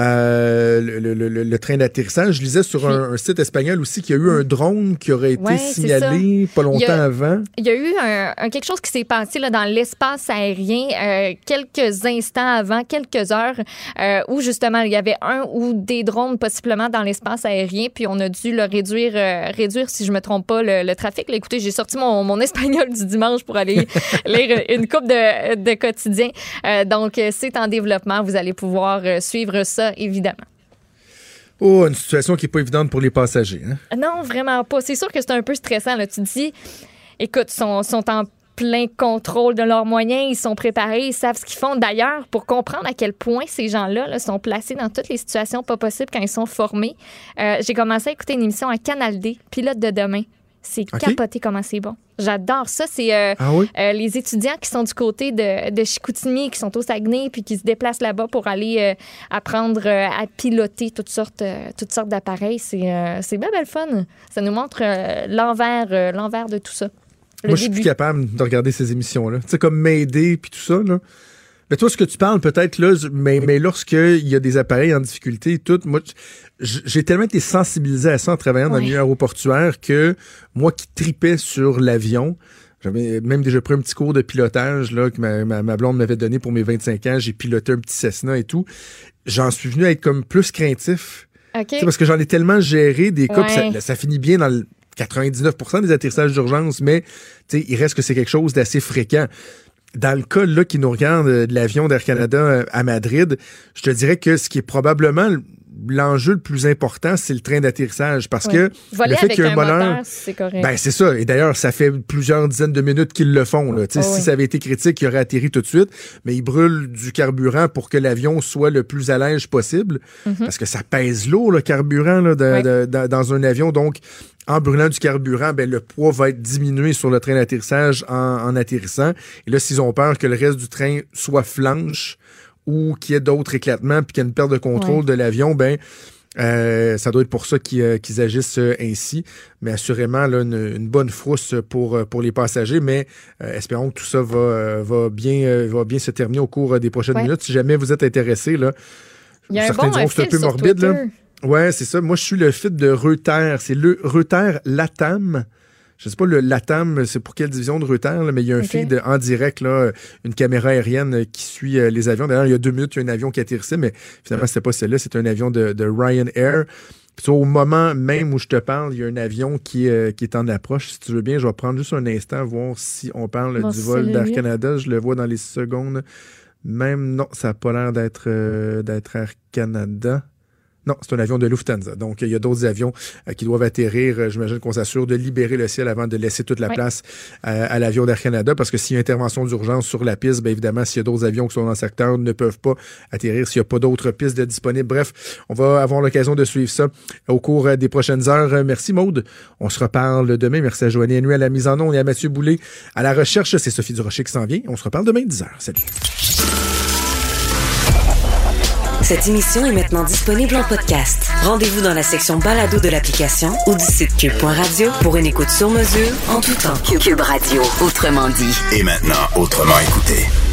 S4: le train d'atterrissage? Je lisais sur un site espagnol aussi qu'il y a eu un drone qui aurait été signalé pas longtemps avant.
S5: Il y a eu quelque chose qui s'est passé là, dans l'espace aérien quelques instants avant, quelques heures, où justement il y avait un ou des drones possiblement dans l'espace aérien, puis on a dû le réduire, si je me trompe pas, le trafic. Là, écoutez, j'ai sorti mon espagnol du dimanche pour aller lire une coupe de quotidien. Donc, c'est en développement. Vous allez pouvoir suivre ça, évidemment.
S4: Oh, une situation qui n'est pas évidente pour les passagers. Hein?
S5: Non, vraiment pas. C'est sûr que c'est un peu stressant. Là. Tu te dis, écoute, sont en plein contrôle de leurs moyens, ils sont préparés, ils savent ce qu'ils font. D'ailleurs, pour comprendre à quel point ces gens-là sont placés dans toutes les situations pas possibles quand ils sont formés, j'ai commencé à écouter une émission à Canal D, Pilote de demain. C'est capoté comment c'est bon. J'adore ça. C'est les étudiants qui sont du côté de Chicoutimi, qui sont au Saguenay, puis qui se déplacent là-bas pour aller apprendre à piloter toutes sortes d'appareils. C'est bien belle fun. Ça nous montre l'envers de tout ça.
S4: Moi, je suis plus capable de regarder ces émissions-là. Tu sais, comme Mayday puis tout ça, là. Mais toi, ce que tu parles peut-être là, mais lorsqu'il y a des appareils en difficulté et tout, moi, j'ai tellement été sensibilisé à ça en travaillant dans le milieu aéroportuaire que moi qui tripais sur l'avion, j'avais même déjà pris un petit cours de pilotage là, que ma blonde m'avait donné pour mes 25 ans. J'ai piloté un petit Cessna et tout. J'en suis venu à être comme plus craintif. Parce que j'en ai tellement géré des cas, que ça finit bien dans le 99% des atterrissages d'urgence, mais il reste que c'est quelque chose d'assez fréquent. Dans le cas là qui nous regarde de l'avion d'Air Canada à Madrid, je te dirais que ce qui est probablement l'enjeu le plus important, c'est le train d'atterrissage parce que
S5: voler
S4: le fait
S5: avec
S4: qu'il y ait un moteur,
S5: c'est correct.
S4: Ben c'est ça. Et d'ailleurs, ça fait plusieurs dizaines de minutes qu'ils le font. Là. Si ça avait été critique, il aurait atterri tout de suite, mais ils brûlent du carburant pour que l'avion soit le plus allège possible parce que ça pèse lourd le carburant là, dans un avion. Donc, en brûlant du carburant, ben, le poids va être diminué sur le train d'atterrissage en atterrissant. Et là, s'ils ont peur que le reste du train soit flanche ou qu'il y ait d'autres éclatements puis qu'il y ait une perte de contrôle de l'avion, ben ça doit être pour ça qu'ils agissent ainsi. Mais assurément, là, une bonne frousse pour les passagers. Mais espérons que tout ça va bien se terminer au cours des prochaines minutes. Si jamais vous êtes intéressés, là, certains diront que c'est un peu morbide. Là. Ouais, c'est ça. Moi, je suis le feed de Reuters. C'est le Reuters LATAM. Je sais pas, le LATAM, c'est pour quelle division de Reuters, là, mais il y a un feed en direct, là, une caméra aérienne qui suit les avions. D'ailleurs, il y a 2 minutes, il y a un avion qui atterrissait, mais finalement, c'était pas celle-là. C'est un avion de Ryanair. Puis, au moment même où je te parle, il y a un avion qui est en approche. Si tu veux bien, je vais prendre juste un instant, voir si on parle du vol d'Air Canada. Je le vois dans les secondes. Même, non, ça n'a pas l'air d'être Air Canada. Non, c'est un avion de Lufthansa. Donc, il y a d'autres avions qui doivent atterrir. J'imagine qu'on s'assure de libérer le ciel avant de laisser toute la place à l'avion d'Air Canada, parce que s'il y a intervention d'urgence sur la piste, bien évidemment, s'il y a d'autres avions qui sont dans le secteur, ne peuvent pas atterrir s'il n'y a pas d'autres pistes disponibles. Bref, on va avoir l'occasion de suivre ça au cours des prochaines heures. Merci Maude. On se reparle demain. Merci à Joanie Henry à la mise en onde et à Mathieu Boulay à la recherche. C'est Sophie Durocher qui s'en vient. On se reparle demain 10h. Salut.
S1: Cette émission est maintenant disponible en podcast. Rendez-vous dans la section balado de l'application ou du site cube.radio pour une écoute sur mesure en tout temps. Cube Radio, autrement dit.
S3: Et maintenant, autrement écouté.